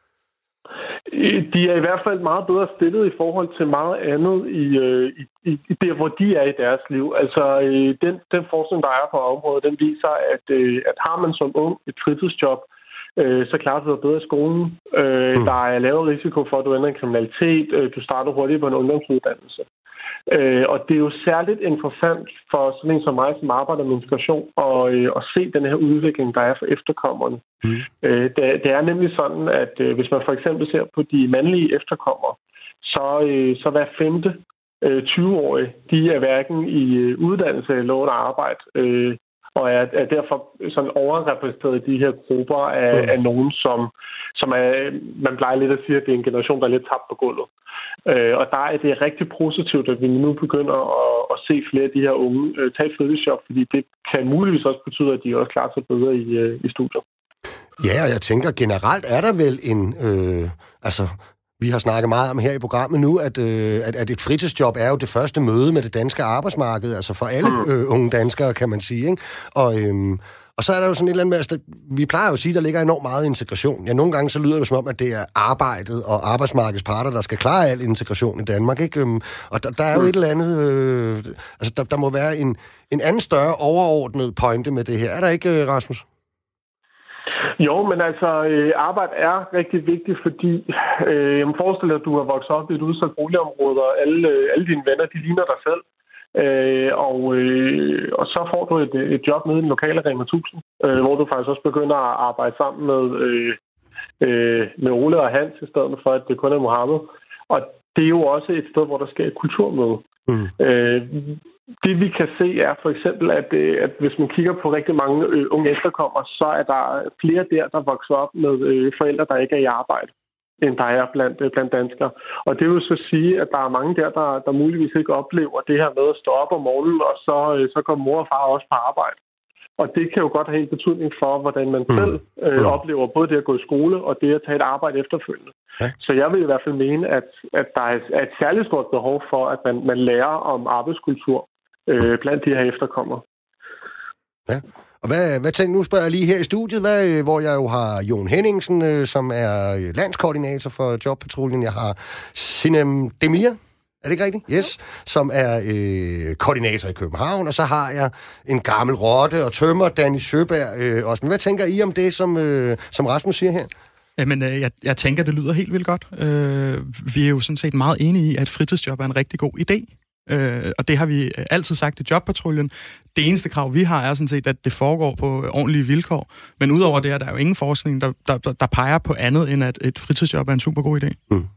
De er i hvert fald meget bedre stillet i forhold til meget andet i det, hvor de er i deres liv. Altså, den forskning, der er på området, den viser, at har man som ung et fritidsjob, så klarer du dig bedre i skolen. Der er lavere risiko for, at du ender i kriminalitet. Du starter hurtigt på en ungdomsuddannelse. Og det er jo særligt interessant for sådan en som mig, som arbejder med integration, at se den her udvikling, der er for efterkommerne. Det er nemlig sådan, at hvis man for eksempel ser på de mandlige efterkommere, så hver femte 20-årige, de er hverken i uddannelse eller under arbejde. og er derfor sådan overrepræsenteret i de her grupper af nogen, som er, man plejer lidt at sige, at det er en generation, der er lidt tabt på gulvet. Og der er det rigtig positivt, at vi nu begynder at se flere af de her unge tage et fritidsjob, fordi det kan muligvis også betyde, at de også klarer sig bedre i studiet. Ja, og jeg tænker generelt er der vel en... Vi har snakket meget om her i programmet nu, at et fritidsjob er jo det første møde med det danske arbejdsmarked, altså for alle unge danskere, kan man sige, ikke? Og så er der jo sådan et eller andet med, altså, vi plejer jo at sige, at der ligger enormt meget integration. Ja, nogle gange så lyder det som om, at det er arbejdet og arbejdsmarkedets parter, der skal klare al integration i Danmark, ikke? Og der er jo et eller andet... der må være en anden større overordnet pointe med det her. Er der ikke, Rasmus? Jo, men altså, arbejde er rigtig vigtigt, fordi jeg må forestille dig, at du har vokset op i et udsat boligområde, og alle dine venner, de ligner dig selv. Og så får du et job nede i den lokale Rema 1000, hvor du faktisk også begynder at arbejde sammen med Ole og Hans, i stedet for, at det kun er Mohammed. Og det er jo også et sted, hvor der sker et kulturmøde. Det vi kan se er for eksempel, at hvis man kigger på rigtig mange unge efterkommere, så er der flere der vokser op med forældre, der ikke er i arbejde, end der er blandt danskere. Og det vil så sige, at der er mange der muligvis ikke oplever det her med at stå op om morgenen, og så går mor og far også på arbejde. Og det kan jo godt have en betydning for, hvordan man selv oplever både det at gå i skole og det at tage et arbejde efterfølgende. Ja. Så jeg vil i hvert fald mene, at der er et særligt stort behov for, at man lærer om arbejdskultur blandt de her efterkommere. Ja. Og hvad tænker nu, spørger jeg lige her i studiet, hvor jeg jo har Jon Henningsen, som er landskoordinator for Jobpatruljen. Jeg har Sinem Demir, er det ikke rigtigt? Yes. Som er koordinator i København. Og så har jeg en gammel rotte og tømmer, Danny Søberg også. Men hvad tænker I om det, som Rasmus siger her? Jamen, jeg tænker, det lyder helt vildt godt. Vi er jo sådan set meget enige i, at fritidsjob er en rigtig god idé. Og det har vi altid sagt i Jobpatruljen. Det eneste krav, vi har, er sådan set, at det foregår på ordentlige vilkår. Men udover det er der jo ingen forskning, der peger på andet, end at et fritidsjob er en super god idé.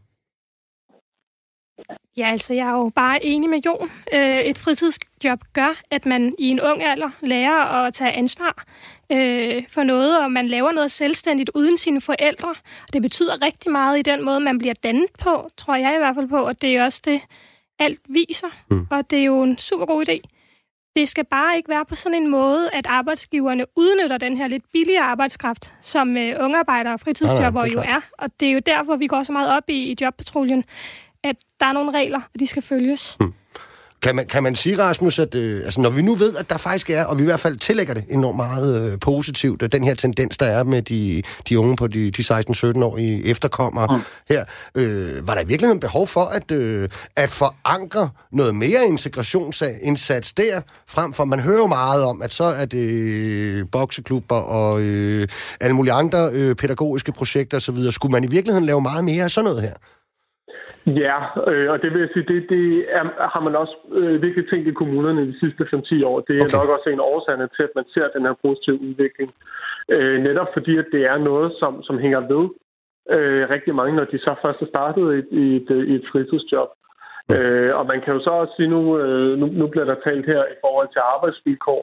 Ja, altså jeg er jo bare enig med Jon. Et fritidsjob gør, at man i en ung alder lærer at tage ansvar for noget, og man laver noget selvstændigt uden sine forældre. Det betyder rigtig meget i den måde, man bliver dannet på, tror jeg i hvert fald på, og det er også det, alt viser. Og det er jo en super god idé. Det skal bare ikke være på sådan en måde, at arbejdsgiverne udnytter den her lidt billige arbejdskraft, som ungearbejdere og fritidsjobber jo er. Og det er jo derfor, vi går så meget op i Jobpatruljen, at der er nogle regler, og de skal følges. Kan man sige, Rasmus, at når vi nu ved, at der faktisk er, og vi i hvert fald tillægger det enormt meget positivt, den her tendens, der er med de unge på de 16-17-årige efterkommere her, var der i virkeligheden behov for at forankre noget mere integrationsindsats der, frem for, man hører jo meget om, at så er det bokseklubber og alle mulige andre pædagogiske projekter osv. Skulle man i virkeligheden lave meget mere af sådan noget her? Ja, og det vil jeg sige, det har man også virkelig tænkt i kommunerne de sidste 5-10 år. Det er nok også en årsag til, at man ser den her positive udvikling. Netop fordi, at det er noget, som hænger ved rigtig mange, når de så først er startet i et fritidsjob. Og man kan jo så også sige, nu bliver der talt her i forhold til arbejdsvilkår.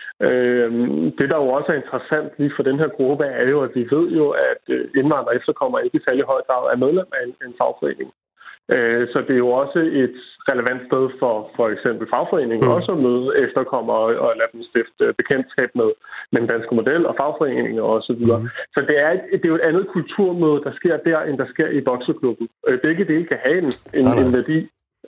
Det, der jo også er interessant lige for den her gruppe, er jo, at vi ved jo, at indvandrere efterkommer ikke i særlig høj grad er medlem af en fagforening. Så det er jo også et relevant sted for eksempel fagforeningen også at møde efterkommere og lade dem stifte bekendtskab med den danske model og fagforeninger og så videre. Så det er jo et andet kulturmøde, der sker der, end der sker i bokseklubben. Begge dele kan have en værdi,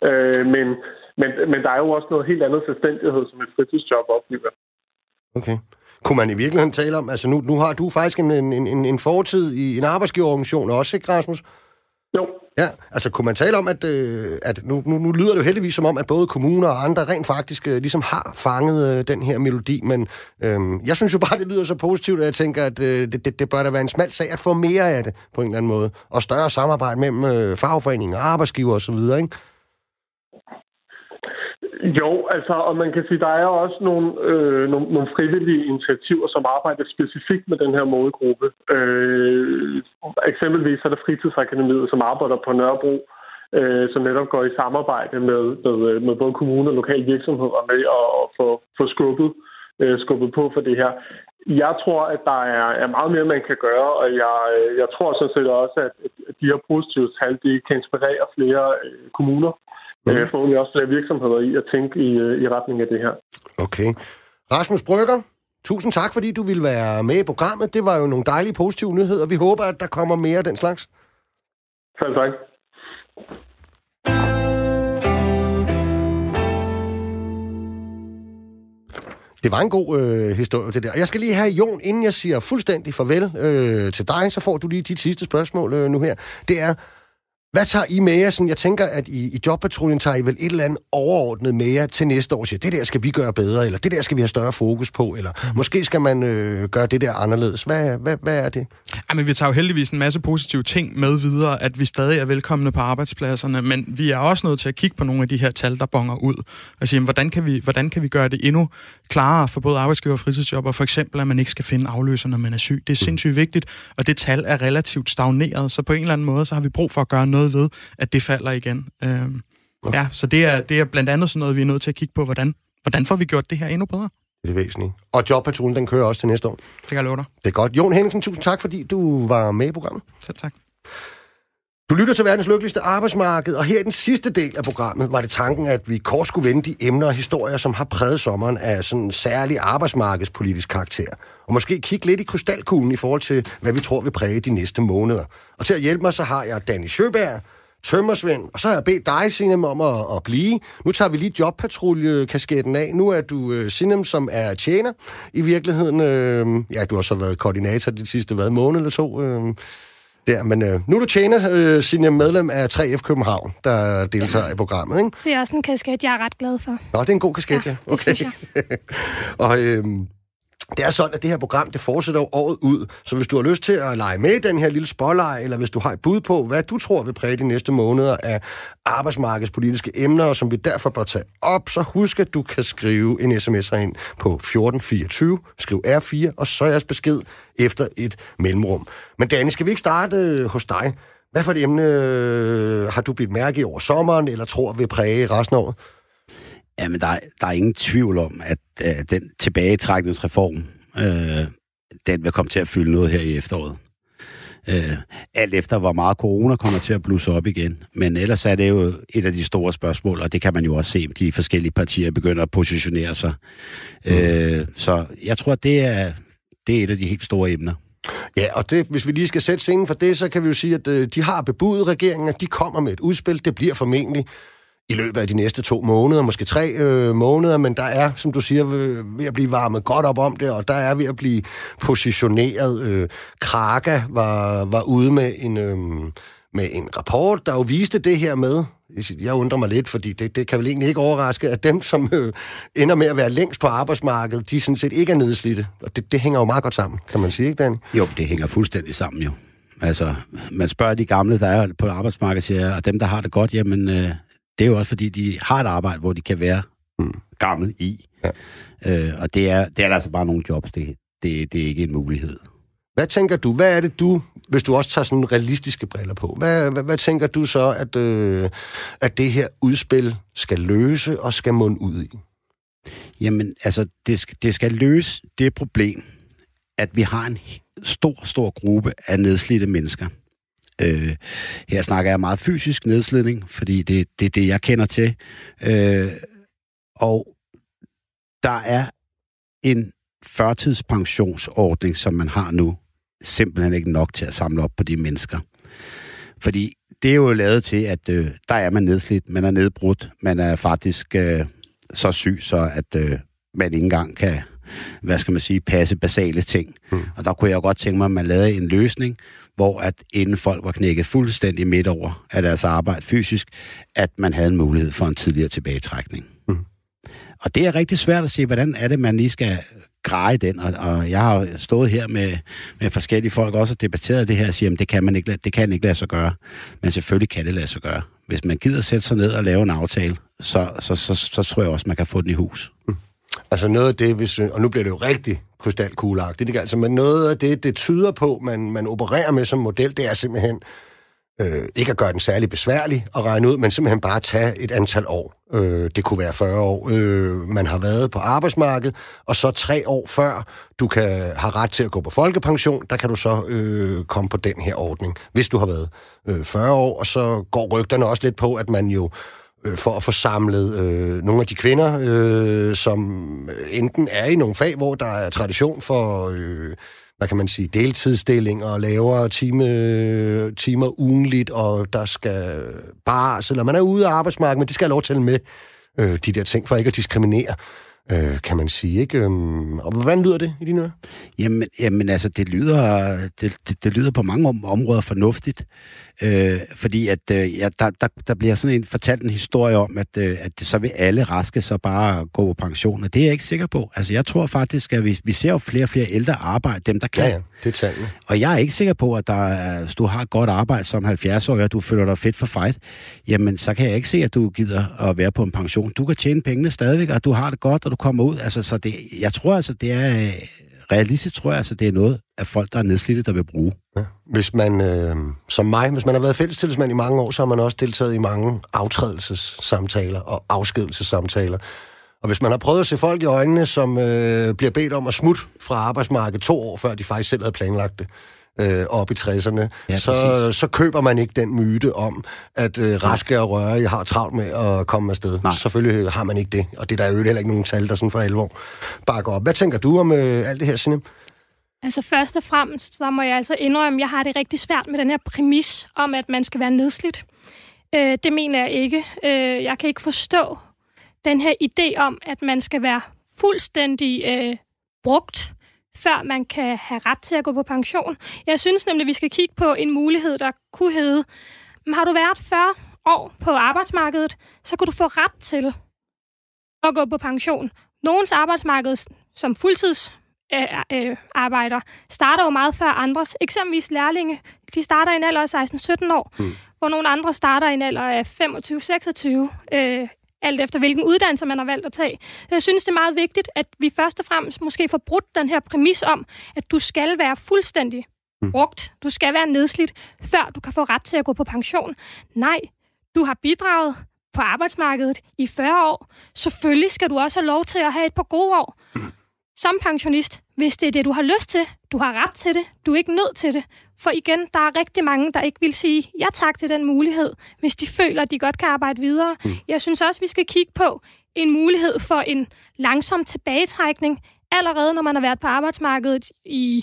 men der er jo også noget helt andet selvstændighed, som et fritidsjob oplever. Okay. Kunne man i virkeligheden tale om, altså nu har du faktisk en fortid i en arbejdsgiverorganisation også, ikke, Rasmus? Jo. Ja, altså kunne man tale om, at nu lyder det jo heldigvis som om, at både kommuner og andre rent faktisk ligesom har fanget den her melodi, men jeg synes jo bare, det lyder så positivt, at jeg tænker, at det bør da være en smal sag at få mere af det på en eller anden måde, og større samarbejde mellem fagforeninger, arbejdsgiver og så videre, ikke? Jo, altså, og man kan sige, der er også nogle frivillige initiativer, som arbejder specifikt med den her målgruppe. Eksempelvis er der Fritidsakademiet, som arbejder på Nørrebro, som netop går i samarbejde med både kommuner og lokale virksomheder med at få skubbet skubbet på for det her. Jeg tror, at der er meget mere, man kan gøre, og jeg tror sådan set også, at de her positive tal, de kan inspirere flere kommuner, forhåbentlig også flere virksomheder i at tænke i retning af det her. Okay. Rasmus Brøgger, tusind tak, fordi du ville være med i programmet. Det var jo nogle dejlige positive nyheder. Vi håber, at der kommer mere af den slags. Selv tak. Det var en god historie, det der. Og jeg skal lige have, Jon, inden jeg siger fuldstændig farvel til dig, så får du lige dit sidste spørgsmål nu her. Det er, hvad tager I med jer? Sådan, jeg tænker, at i Jobpatruljen tager I vel et eller andet overordnet med jer til næste år. Siger, det der skal vi gøre bedre, eller det der skal vi have større fokus på, eller måske skal man gøre det der anderledes. Hvad er det? Jamen, vi tager jo heldigvis en masse positive ting med videre, at vi stadig er velkomne på arbejdspladserne, men vi er også nødt til at kigge på nogle af de her tal, der bonger ud, og sige, hvordan kan vi gøre det endnu klarere for både arbejdsgiver og fritidsjobber, for eksempel, at man ikke skal finde afløser, når man er syg. Det er sindssygt vigtigt, og det tal er relativt stagneret, så på en eller anden måde, så har vi brug for at gøre noget ved, at det falder igen. Ja, så det er blandt andet sådan noget, vi er nødt til at kigge på, hvordan får vi gjort det her endnu bedre? Det er væsentligt. Og Jobpatruljen, den kører også til næste år. Det kan jeg love dig. Det er godt. Jon Henningsen, tusind tak, fordi du var med i programmet. Selv tak. Du lytter til verdens lykkeligste arbejdsmarked, og her i den sidste del af programmet var det tanken, at vi kort skulle vende de emner og historier, som har præget sommeren af sådan en særlig arbejdsmarkedspolitisk karakter. Og måske kigge lidt i krystalkuglen i forhold til, hvad vi tror vil præge de næste måneder. Og til at hjælpe mig, så har jeg Danny Sjøberg, tømmersvend, og så har jeg bedt dig, Sinem, om at blive. Nu tager vi lige jobpatrulje-kasketten af. Nu er du Sinem, som er tjener. I virkeligheden, du har så været koordinator de sidste måned eller to. Der, men nu er du tjener, Sinem, medlem af 3F København, der deltager i programmet, ikke? Det er også en kasket, jeg er ret glad for. Nå, det er en god kasket, ja. Okay. Og det er sådan, at det her program, det fortsætter året ud. Så hvis du har lyst til at lege med i den her lille spåleje, eller hvis du har et bud på, hvad du tror vil præge de næste måneder af arbejdsmarkedspolitiske emner, som vi derfor bør tage op, så husk, at du kan skrive en sms ind på 1424, skriv R4, og så jeres besked efter et mellemrum. Men Danny, skal vi ikke starte hos dig? Hvad for et emne har du blivet mærke i over sommeren, eller tror vil præge resten af året? Jamen, der er ingen tvivl om, at den tilbagetrækningsreform, den vil komme til at fylde noget her i efteråret. Alt efter, hvor meget corona kommer til at blusse op igen. Men ellers er det jo et af de store spørgsmål, og det kan man jo også se, de forskellige partier begynder at positionere sig. Så jeg tror, det er et af de helt store emner. Ja, og det, hvis vi lige skal sætte scenen for det, så kan vi jo sige, at de har bebudet regeringen, at de kommer med et udspil. Det bliver formentlig i løbet af de næste 2 måneder, måske 3 måneder, men der er, som du siger, ved at blive varmet godt op om det, og der er ved at blive positioneret. Kraka var ude med en rapport, der jo viste det her med. Jeg undrer mig lidt, fordi det kan vel egentlig ikke overraske, at dem, som ender med at være længst på arbejdsmarkedet, de sådan set ikke er nedslidte. Og det hænger jo meget godt sammen, kan man sige, ikke, Danny? Jo, det hænger fuldstændig sammen jo. Altså, man spørger de gamle, der er på arbejdsmarkedet, siger, og dem, der har det godt, jamen, det er jo også, fordi de har et arbejde, hvor de kan være gammel i. Ja. Og det er der altså bare nogle jobs, det er ikke en mulighed. Hvad tænker du? Hvad er det du, hvis du også tager sådan realistiske briller på, hvad tænker du så, at det her udspil skal løse og skal munde ud i? Jamen, altså, det skal løse det problem, at vi har en stor gruppe af nedslidte mennesker. Her snakker jeg meget fysisk nedslidning, fordi det er det, jeg kender til. Og der er en førtidspensionsordning, som man har nu, simpelthen ikke nok til at samle op på de mennesker. Fordi det er jo lavet til, at der er man nedslidt, man er nedbrudt, man er faktisk så syg, så at man ikke engang kan, passe basale ting. Og der kunne jeg godt tænke mig, at man lavede en løsning, hvor at inden folk var knækket fuldstændig midt over af deres arbejde fysisk, at man havde en mulighed for en tidligere tilbagetrækning. Og det er rigtig svært at se, hvordan er det, man lige skal greje den. Og jeg har stået her med forskellige folk også og debatteret det her og siger, at det kan ikke lade sig gøre. Men selvfølgelig kan det lade sig gøre. Hvis man gider sætte sig ned og lave en aftale, så tror jeg også, man kan få den i hus. Altså noget af det, og nu bliver det jo rigtig krystalkugleagtigt, altså, men noget af det tyder på, man opererer med som model, det er simpelthen ikke at gøre den særlig besværlig at regne ud, men simpelthen bare tage et antal år. Det kunne være 40 år, man har været på arbejdsmarkedet, og så 3 år før du have ret til at gå på folkepension, der kan du så komme på den her ordning, hvis du har været 40 år, og så går rygterne også lidt på, at man jo for at få samlet nogle af de kvinder, som enten er i nogle fag, hvor der er tradition for hvad kan man sige, deltidsstillinger og lavere timer ugenligt, og der skal bare, selvom man er ude af arbejdsmarkedet, men det skal have lov til med de der ting, for ikke at diskriminere, kan man sige, ikke? Og hvordan lyder det i dine ører? Jamen altså, det lyder på mange områder fornuftigt, fordi at der bliver sådan fortalt en historie om, at så vil alle raske så bare gå på pension, og det er jeg ikke sikker på. Altså, jeg tror faktisk, at vi ser jo flere og flere ældre arbejde, dem der kan. Ja, det er tallene. Og jeg er ikke sikker på, at hvis du har et godt arbejde som 70-årig, og du føler dig fedt for fight, jamen, så kan jeg ikke se, at du gider at være på en pension. Du kan tjene pengene stadigvæk, og du har det godt, og du kommer ud. Altså, så jeg tror altså, det er realistisk, tror jeg altså, det er noget af folk, der er nedslidte, der vil bruge. Ja. Hvis man, som mig, hvis man har været fællestillidsmand i mange år, så har man også deltaget i mange aftrædelsessamtaler og afskedelsessamtaler. Og hvis man har prøvet at se folk i øjnene, som bliver bedt om at smutte fra arbejdsmarkedet 2 år, før de faktisk selv havde planlagt det, op i 60'erne, ja, så køber man ikke den myte om, at raske og rørige har travlt med at komme afsted. Nej. Selvfølgelig har man ikke det, og det er der jo heller ikke nogen tal, der sådan for alvor bakker op. Hvad tænker du om alt det her, Signe? Altså først og fremmest, så må jeg altså indrømme, at jeg har det rigtig svært med den her præmis om, at man skal være nedslidt. Det mener jeg ikke. Jeg kan ikke forstå den her idé om, at man skal være fuldstændig brugt, før man kan have ret til at gå på pension. Jeg synes nemlig, at vi skal kigge på en mulighed, der kunne hedde, har du været 40 år på arbejdsmarkedet, så kan du få ret til at gå på pension. Nogens arbejdsmarked som fuldtidsarbejder starter jo meget før andres. Eksempelvis lærlinge, de starter i en alder af 16-17 år, hvor nogle andre starter i en alder af 25-26 alt efter hvilken uddannelse man har valgt at tage. Jeg synes, det er meget vigtigt, at vi først og fremmest måske får brudt den her præmis om, at du skal være fuldstændig brugt. Du skal være nedslidt, før du kan få ret til at gå på pension. Nej, du har bidraget på arbejdsmarkedet i 40 år. Selvfølgelig skal du også have lov til at have et par gode år som pensionist, hvis det er det, du har lyst til. Du har ret til det. Du er ikke nødt til det. For igen, der er rigtig mange, der ikke vil sige ja tak til den mulighed, hvis de føler, at de godt kan arbejde videre. Jeg synes også, vi skal kigge på en mulighed for en langsom tilbagetrækning, allerede når man har været på arbejdsmarkedet i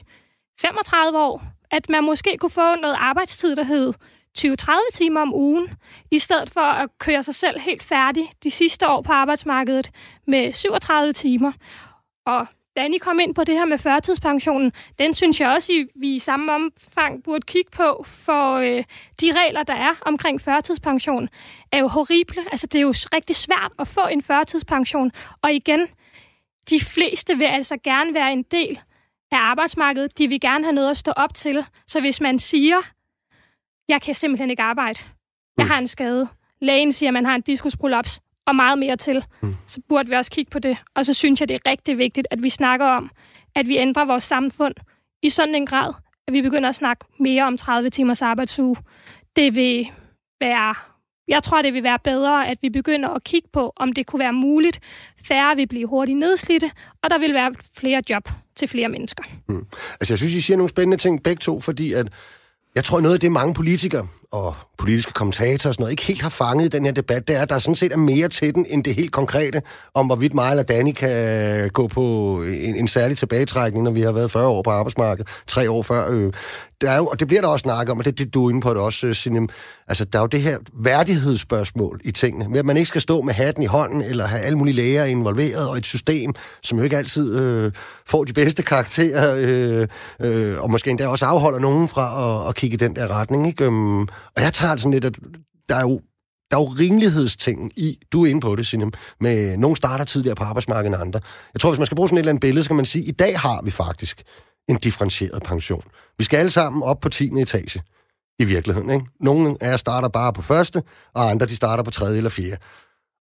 35 år, at man måske kunne få noget arbejdstid, der hed 20-30 timer om ugen, i stedet for at køre sig selv helt færdig de sidste år på arbejdsmarkedet med 37 timer. Og da I kom ind på det her med førtidspensionen, den synes jeg også, vi i samme omfang burde kigge på, for de regler, der er omkring førtidspension, er jo horrible. Altså, det er jo rigtig svært at få en førtidspension. Og igen, de fleste vil altså gerne være en del af arbejdsmarkedet. De vil gerne have noget at stå op til. Så hvis man siger, jeg kan simpelthen ikke arbejde, jeg har en skade, lægen siger, at man har en diskusprolaps, og meget mere til, så burde vi også kigge på det. Og så synes jeg, det er rigtig vigtigt, at vi snakker om, at vi ændrer vores samfund i sådan en grad, at vi begynder at snakke mere om 30 timers arbejdsuge. Det vil være, jeg tror, det vil være bedre, at vi begynder at kigge på, om det kunne være muligt. Færre vil blive hurtigt nedslidte, og der vil være flere job til flere mennesker. Altså, jeg synes, I siger nogle spændende ting begge to, fordi at jeg tror, noget af det, mange politikere og politiske kommentatorer og sådan noget ikke helt har fanget i den her debat, det er, at der sådan set er mere til den, end det helt konkrete, om hvorvidt mig eller Danny kan gå på en særlig tilbagetrækning, når vi har været 40 år på arbejdsmarkedet, 3 år før. Der er jo, og det bliver der også snakket om, og det du er inde på det også, Signe. Altså, der er jo det her værdighedsspørgsmål i tingene, med at man ikke skal stå med hatten i hånden, eller have alle mulige læger involveret, og et system, som jo ikke altid får de bedste karakterer, og måske endda også afholder nogen fra at kigge i den der retning, ikke? Og jeg tager sådan lidt, at der er jo rimelighedsting i, du er inde på det, Signe, med nogen starter tidligere på arbejdsmarkedet end andre. Jeg tror, hvis man skal bruge sådan et eller andet billede, så kan man sige, at i dag har vi faktisk en differentieret pension. Vi skal alle sammen op på 10. etage i virkeligheden, ikke? Nogle af jer starter bare på første, og andre de starter på 3. eller 4.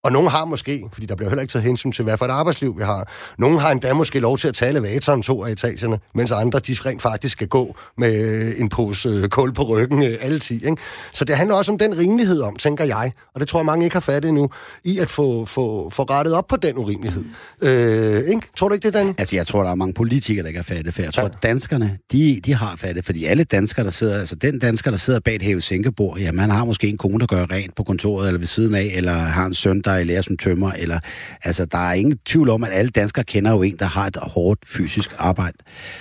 Og nogen har måske, fordi der bliver heller ikke taget hensyn til, hvad for et arbejdsliv vi har. Nogen har endda måske lov til at tage elevatoren 2 af etagerne, mens andre, de rent faktisk skal gå med en pose kul på ryggen alle 10. Ikke? Så det handler også om den rimelighed om, tænker jeg, og det tror jeg mange ikke har fattet endnu, i at få rettet op på den urimelighed. Ikke? Tror du ikke det, Dan? Altså, jeg tror, der er mange politikere, der ikke har fattet, for jeg tror, at danskerne, de har fattet, fordi alle danskere, der sidder, altså den dansker, der sidder bag et hæve-sænkebord, jamen han har måske en kone, der gør rent på kontoret, eller ved siden af, eller har en søn, der er i lærer som tømrer, eller, altså, der er ingen tvivl om, at alle danskere kender jo en, der har et hårdt fysisk arbejde.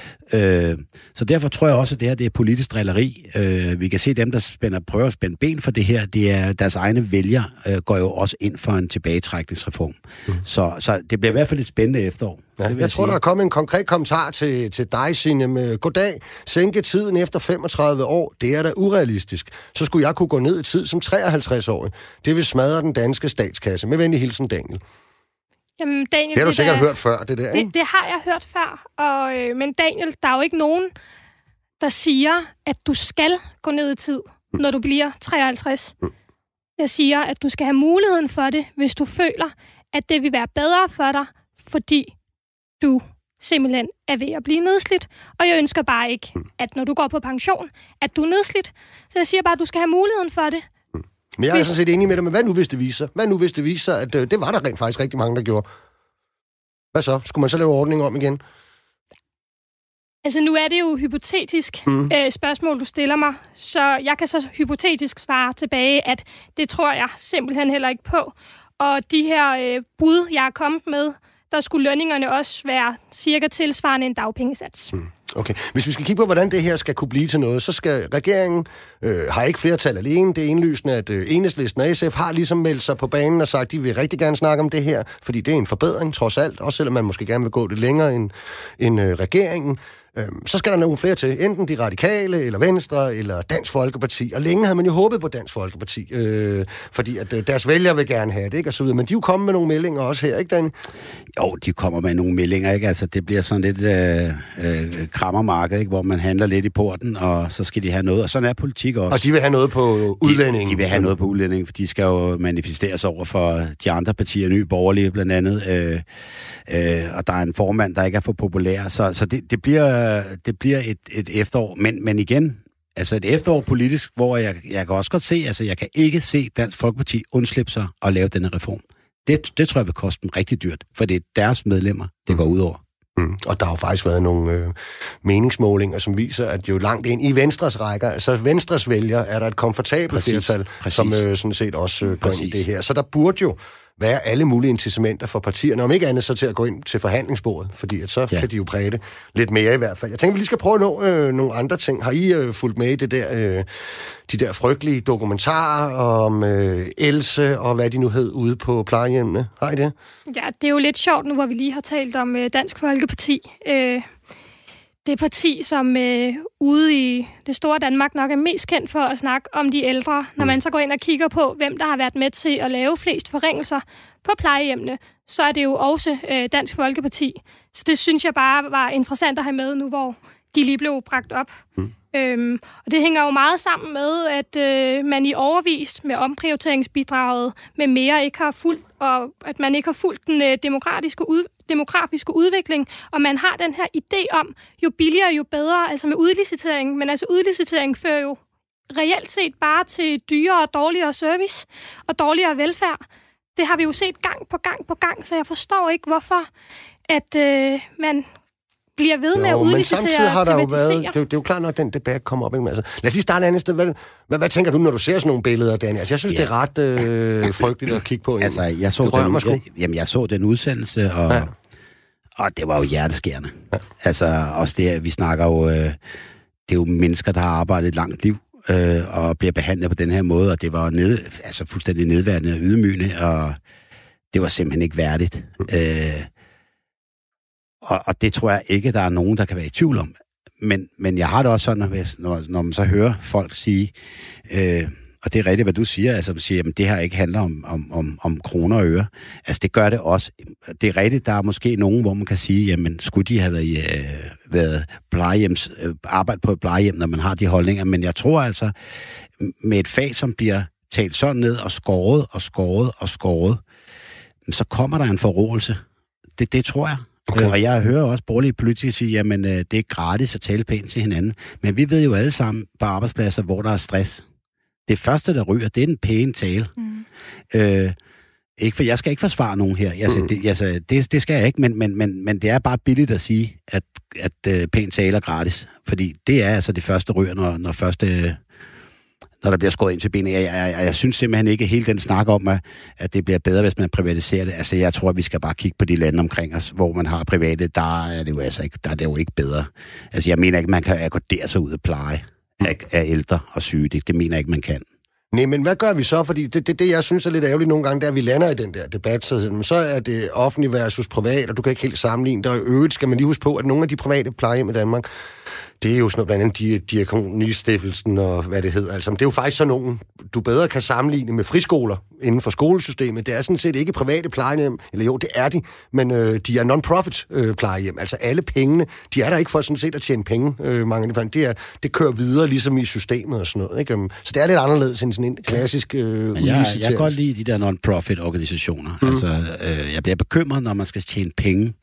Så derfor tror jeg også, at det er politisk drilleri. Vi kan se dem, der prøver at spænde ben for det her, det er deres egne vælger, går jo også ind for en tilbagetrækningsreform. Så det bliver i hvert fald et spændende efterår. Ja, jeg tror, der er kommet en konkret kommentar til dig, Signe, med goddag. Sænke tiden efter 35 år, det er da urealistisk. Så skulle jeg kunne gå ned i tid som 53-årig. Det vil smadre den danske statskasse. Med venlig hilsen, Daniel. Jamen, Daniel, det har du sikkert hørt før, det der, ikke? Det har jeg hørt før. Men Daniel, der er jo ikke nogen, der siger, at du skal gå ned i tid, når du bliver 53. Jeg siger, at du skal have muligheden for det, hvis du føler, at det vil være bedre for dig, fordi du simpelthen er ved at blive nedslidt. Og jeg ønsker bare ikke, at når du går på pension, at du er nedslidt. Så jeg siger bare, at du skal have muligheden for det. Men jeg er sådan set enig med dig, men hvad nu hvis det viser? Hvad nu hvis det viser, at det var der rent faktisk rigtig mange, der gjorde? Hvad så? Skulle man så lave ordningen om igen? Altså nu er det jo hypotetisk spørgsmål, du stiller mig, så jeg kan så hypotetisk svare tilbage, at det tror jeg simpelthen heller ikke på. Og de her bud, jeg er kommet med, der skulle lønningerne også være cirka tilsvarende en dagpengesats. Okay. Hvis vi skal kigge på, hvordan det her skal kunne blive til noget, så skal regeringen har ikke flertal alene. Det er indlysende, at Enhedslisten og SF har ligesom meldt sig på banen og sagt, at de vil rigtig gerne snakke om det her, fordi det er en forbedring, trods alt, også selvom man måske gerne vil gå det længere end regeringen. Så skal der nogle flere til, enten de radikale, eller Venstre, eller Dansk Folkeparti. Og længe havde man jo håbet på Dansk Folkeparti, fordi at deres vælgere vil gerne have det, ikke? Og så videre. Men de er jo kommet med nogle meldinger også her, ikke, Danny? Jo, de kommer med nogle meldinger, ikke? Altså, det bliver sådan lidt krammermarked, ikke? Hvor man handler lidt i porten, og så skal de have noget. Og sådan er politik også. Og de vil have noget på udlænding. De vil have noget på udlænding, for de skal jo manifesteres over for de andre partier, Nye Borgerlige blandt andet. Og der er en formand, der ikke er for populær. Så det bliver et efterår. Men igen, altså et efterår politisk, hvor jeg kan også godt se, altså jeg kan ikke se Dansk Folkeparti undslippe sig og lave denne reform. Det tror jeg vil koste dem rigtig dyrt, for det er deres medlemmer, det går ud over. Og der har jo faktisk været nogle meningsmålinger, som viser, at jo langt ind i Venstres rækker, altså Venstres vælgere, er der et komfortabelt flertal, som sådan set også går ind i det her. Så der burde jo være alle mulige incitamenter for partierne, om ikke andet så til at gå ind til forhandlingsbordet, fordi at så kan de jo præge det lidt mere i hvert fald. Jeg tænker, vi lige skal prøve at nå nogle andre ting. Har I fulgt med i det der, de der frygtelige dokumentarer om Else og hvad de nu hed ude på plejehjemmene? Har I det? Ja, det er jo lidt sjovt nu, hvor vi lige har talt om Dansk Folkeparti. Det parti, som ude i det store Danmark nok er mest kendt for at snakke om de ældre. Når man så går ind og kigger på, hvem der har været med til at lave flest forringelser på plejehjemmene, så er det jo også Dansk Folkeparti. Så det synes jeg bare var interessant at have med nu, hvor de lige blev bragt op. Og det hænger jo meget sammen med, at man i overvis med omprioriteringsbidraget med mere ikke har fulgt, og at man ikke har fulgt den demografiske udvikling, og man har den her idé om, jo billigere, jo bedre, altså med udlicitering, men altså udlicitering fører jo reelt set bare til dyrere og dårligere service og dårligere velfærd. Det har vi jo set gang på gang, så jeg forstår ikke, hvorfor at man bliver ved med at udlicitere. Men samtidig har der jo været, det er jo klart nok, at den debat kommer op. Ikke? Altså, lad os lige starte andet sted. Hvad tænker du, når du ser sådan nogle billeder, Daniel? Altså, jeg synes, det er ret frygteligt at kigge på. Altså, jeg så den udsendelse, og det var jo hjerteskærende. Ja. Altså, også det, vi snakker jo, det er jo mennesker, der har arbejdet et langt liv, og bliver behandlet på den her måde, og det var jo fuldstændig nedværende og ydmygende, og det var simpelthen ikke værdigt. Og det tror jeg ikke, der er nogen, der kan være i tvivl om. Men jeg har det også sådan, når man så hører folk sige, og det er rigtigt, hvad du siger, altså man siger, at det her ikke handler om kroner og øre. Altså det gør det også. Det er rigtigt, der er måske nogen, hvor man kan sige, jamen skulle de have været arbejde på et plejehjem, når man har de holdninger. Men jeg tror altså, med et fag, som bliver talt sådan ned og skåret, så kommer der en forrådelse. Det tror jeg. Okay. Og jeg hører også borgerlige politikere sige, jamen det er gratis at tale pænt til hinanden. Men vi ved jo alle sammen på arbejdspladser, hvor der er stress. Det første, der ryger, det er den pæne tale. Ikke for jeg skal ikke forsvare nogen her. Det skal jeg ikke, men det er bare billigt at sige, at pænt tale er gratis. Fordi det er altså det første ryger, når der bliver skåret ind til benet. Jeg synes simpelthen ikke hele den snak om, at det bliver bedre, hvis man privatiserer det. Altså, jeg tror, at vi skal bare kigge på de lande omkring os, hvor man har private. Der er det jo ikke bedre. Altså, jeg mener ikke, man kan akkordere sig ud af pleje af ældre og syge. Det mener jeg ikke, man kan. Nej, men hvad gør vi så? Fordi det jeg synes er lidt ærgerligt nogle gange, det er, at vi lander i den der debat. Så er det offentligt versus privat, og du kan ikke helt sammenligne det. Og i øvrigt skal man lige huske på, at nogle af de private plejehjem i Danmark, det er jo sådan noget, blandt andet Diakonistiftelsen og hvad det hedder. Altså, det er jo faktisk sådan nogle, du bedre kan sammenligne med friskoler inden for skolesystemet. Det er sådan set ikke private plejehjem, eller jo, det er de, men de er non-profit plejehjem. Altså alle pengene, de er der ikke for sådan set at tjene penge, mange af de plejehjem. Det kører videre ligesom i systemet og sådan noget. Ikke? Så det er lidt anderledes end sådan en klassisk jeg kan godt lide de der non-profit organisationer. Altså, jeg bliver bekymret, når man skal tjene penge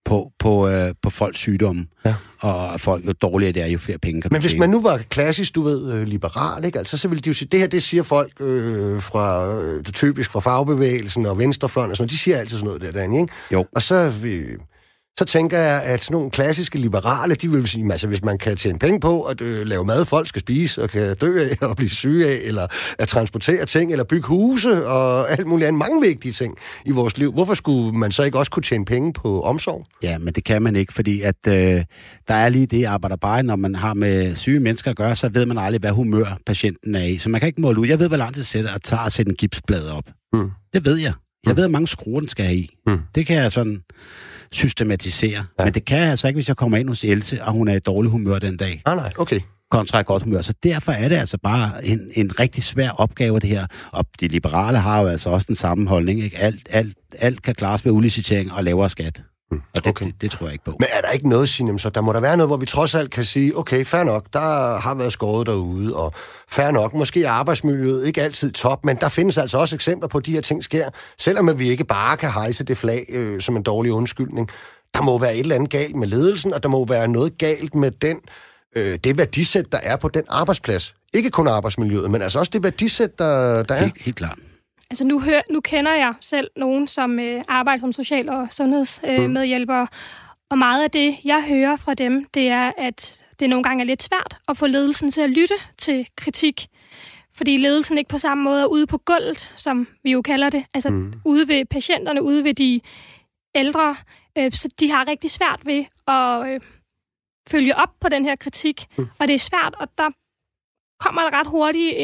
på folks sygdomme. Ja. Og folk, jo dårligere det er, jo flere penge kan du Men hvis man nu var klassisk, du ved, liberal, ikke? Altså, så ville de jo sige, det her, det siger folk fra det typisk fra fagbevægelsen og venstrefløjen og sådan noget. De siger altid sådan noget der, Daniel, ikke? Jo. Og så tænker jeg, at sådan nogle klassiske liberale, de vil sige, altså hvis man kan tjene penge på at lave mad, folk skal spise og kan dø af og blive syge af, eller at transportere ting, eller bygge huse og alt muligt andet, mange vigtige ting i vores liv. Hvorfor skulle man så ikke også kunne tjene penge på omsorg? Ja, men det kan man ikke, fordi at der er lige det arbejder bare, når man har med syge mennesker at gøre, så ved man aldrig, hvad humør patienten er i. Så man kan ikke måle ud. Jeg ved, hvor lang tid det tager at sætte en gipsplade op. Det ved jeg. Jeg ved, hvor mange skruer den skal have i. Det kan jeg sådan systematisere. Ja. Men det kan jeg altså ikke, hvis jeg kommer ind hos Else, og hun er i dårlig humør den dag. Nej, okay. Kontra et godt humør. Så derfor er det altså bare en rigtig svær opgave, det her. Og de liberale har jo altså også den samme holdning. Ikke? Alt kan klares ved udlicitering og lavere skat. Og det tror jeg ikke på. Men er der ikke noget, Sinem, så der må der være noget, hvor vi trods alt kan sige, okay, fair nok, der har været skåret derude, og fair nok, måske er arbejdsmiljøet ikke altid top, men der findes altså også eksempler på, at de her ting sker, selvom vi ikke bare kan hejse det flag som en dårlig undskyldning. Der må være et eller andet galt med ledelsen, og der må være noget galt med det værdisæt, der er på den arbejdsplads. Ikke kun arbejdsmiljøet, men altså også det værdisæt, der er. Helt klart. Altså nu kender jeg selv nogen, som arbejder som social- og sundhedsmedhjælpere, og meget af det, jeg hører fra dem, det er, at det nogle gange er lidt svært at få ledelsen til at lytte til kritik, fordi ledelsen ikke på samme måde er ude på gulvet, som vi jo kalder det, altså ude ved patienterne, ude ved de ældre, så de har rigtig svært ved at følge op på den her kritik, og det er svært, og der kommer der ret hurtigt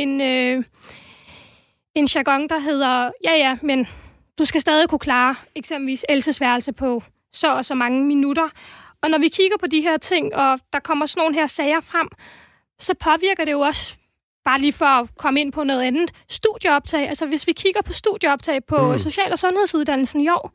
en jargon, der hedder, ja, men du skal stadig kunne klare eksempelvis Elses værelse på så og så mange minutter. Og når vi kigger på de her ting, og der kommer sådan nogle her sager frem, så påvirker det jo også, bare lige for at komme ind på noget andet, studieoptag. Altså hvis vi kigger på studieoptag på social- og sundhedsuddannelsen i år,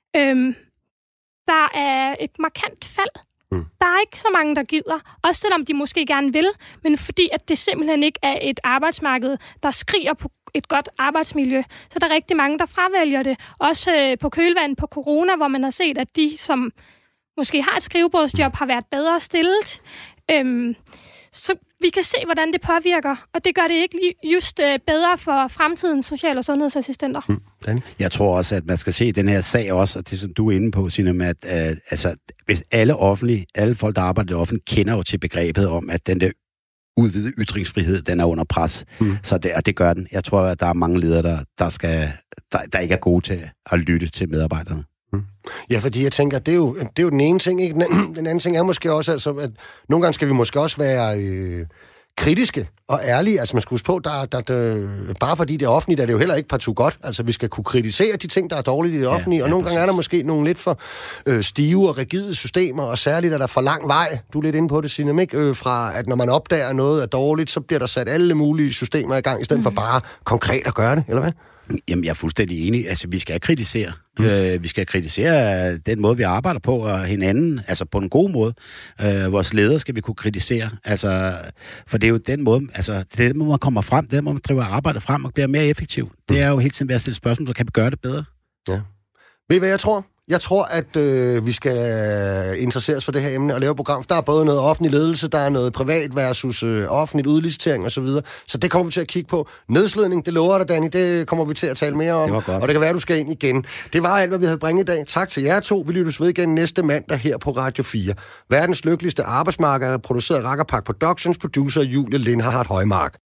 der er et markant fald. Der er ikke så mange, der gider, også selvom de måske gerne vil, men fordi at det simpelthen ikke er et arbejdsmarked, der skriger på et godt arbejdsmiljø, så der er rigtig mange, der fravælger det. Også på kølvandet på corona, hvor man har set, at de, som måske har et skrivebordsjob, har været bedre stillet. Så vi kan se, hvordan det påvirker, og det gør det ikke just bedre for fremtidens social- og sundhedsassistenter. Jeg tror også, at man skal se den her sag også, og det som du er inde på, Sinem, at altså, hvis alle folk, der arbejder i det offentlige, kender jo til begrebet om, at den der udvidede ytringsfrihed, den er under pres. Så det gør den. Jeg tror, at der er mange ledere, der ikke er gode til at lytte til medarbejderne. Ja, fordi jeg tænker, det er jo den ene ting, ikke? Den anden ting er måske også, altså, at nogle gange skal vi måske også være kritiske og ærlige. Altså man skal huske på, bare fordi det er offentligt, er det jo heller ikke partout godt. Altså vi skal kunne kritisere de ting, der er dårligt i det offentlige, og nogle gange er der måske nogle lidt for stive og rigide systemer, og særligt er der for lang vej, du er lidt inde på det, Sinem, ikke? Fra at når man opdager noget er dårligt, så bliver der sat alle mulige systemer i gang, i stedet for bare konkret at gøre det, eller hvad? Jamen, jeg er fuldstændig enig. Altså, vi skal kritisere. Vi skal kritisere den måde, vi arbejder på, og hinanden, altså på en god måde. Vores ledere skal vi kunne kritisere. Altså, for det er jo den måde, altså, det er den måde, man kommer frem, det er den måde, man driver arbejdet frem og bliver mere effektiv. Det er jo hele tiden ved at stille spørgsmål, så kan vi gøre det bedre. Ja. Ved I, hvad jeg tror? Jeg tror, at vi skal interessere os for det her emne og lave et program. Der er både noget offentlig ledelse, der er noget privat versus offentligt udlicitering osv. Så det kommer vi til at kigge på. Nedslidning, det lover dig, Danny, det kommer vi til at tale mere om. Det var godt. Og det kan være, du skal ind igen. Det var alt, hvad vi havde bringet i dag. Tak til jer to. Vi lyttes ved igen næste mandag her på Radio 4. Verdens lykkeligste arbejdsmarked er produceret af Rakkerpark Productions, producer Julie Lindhardt Højmark.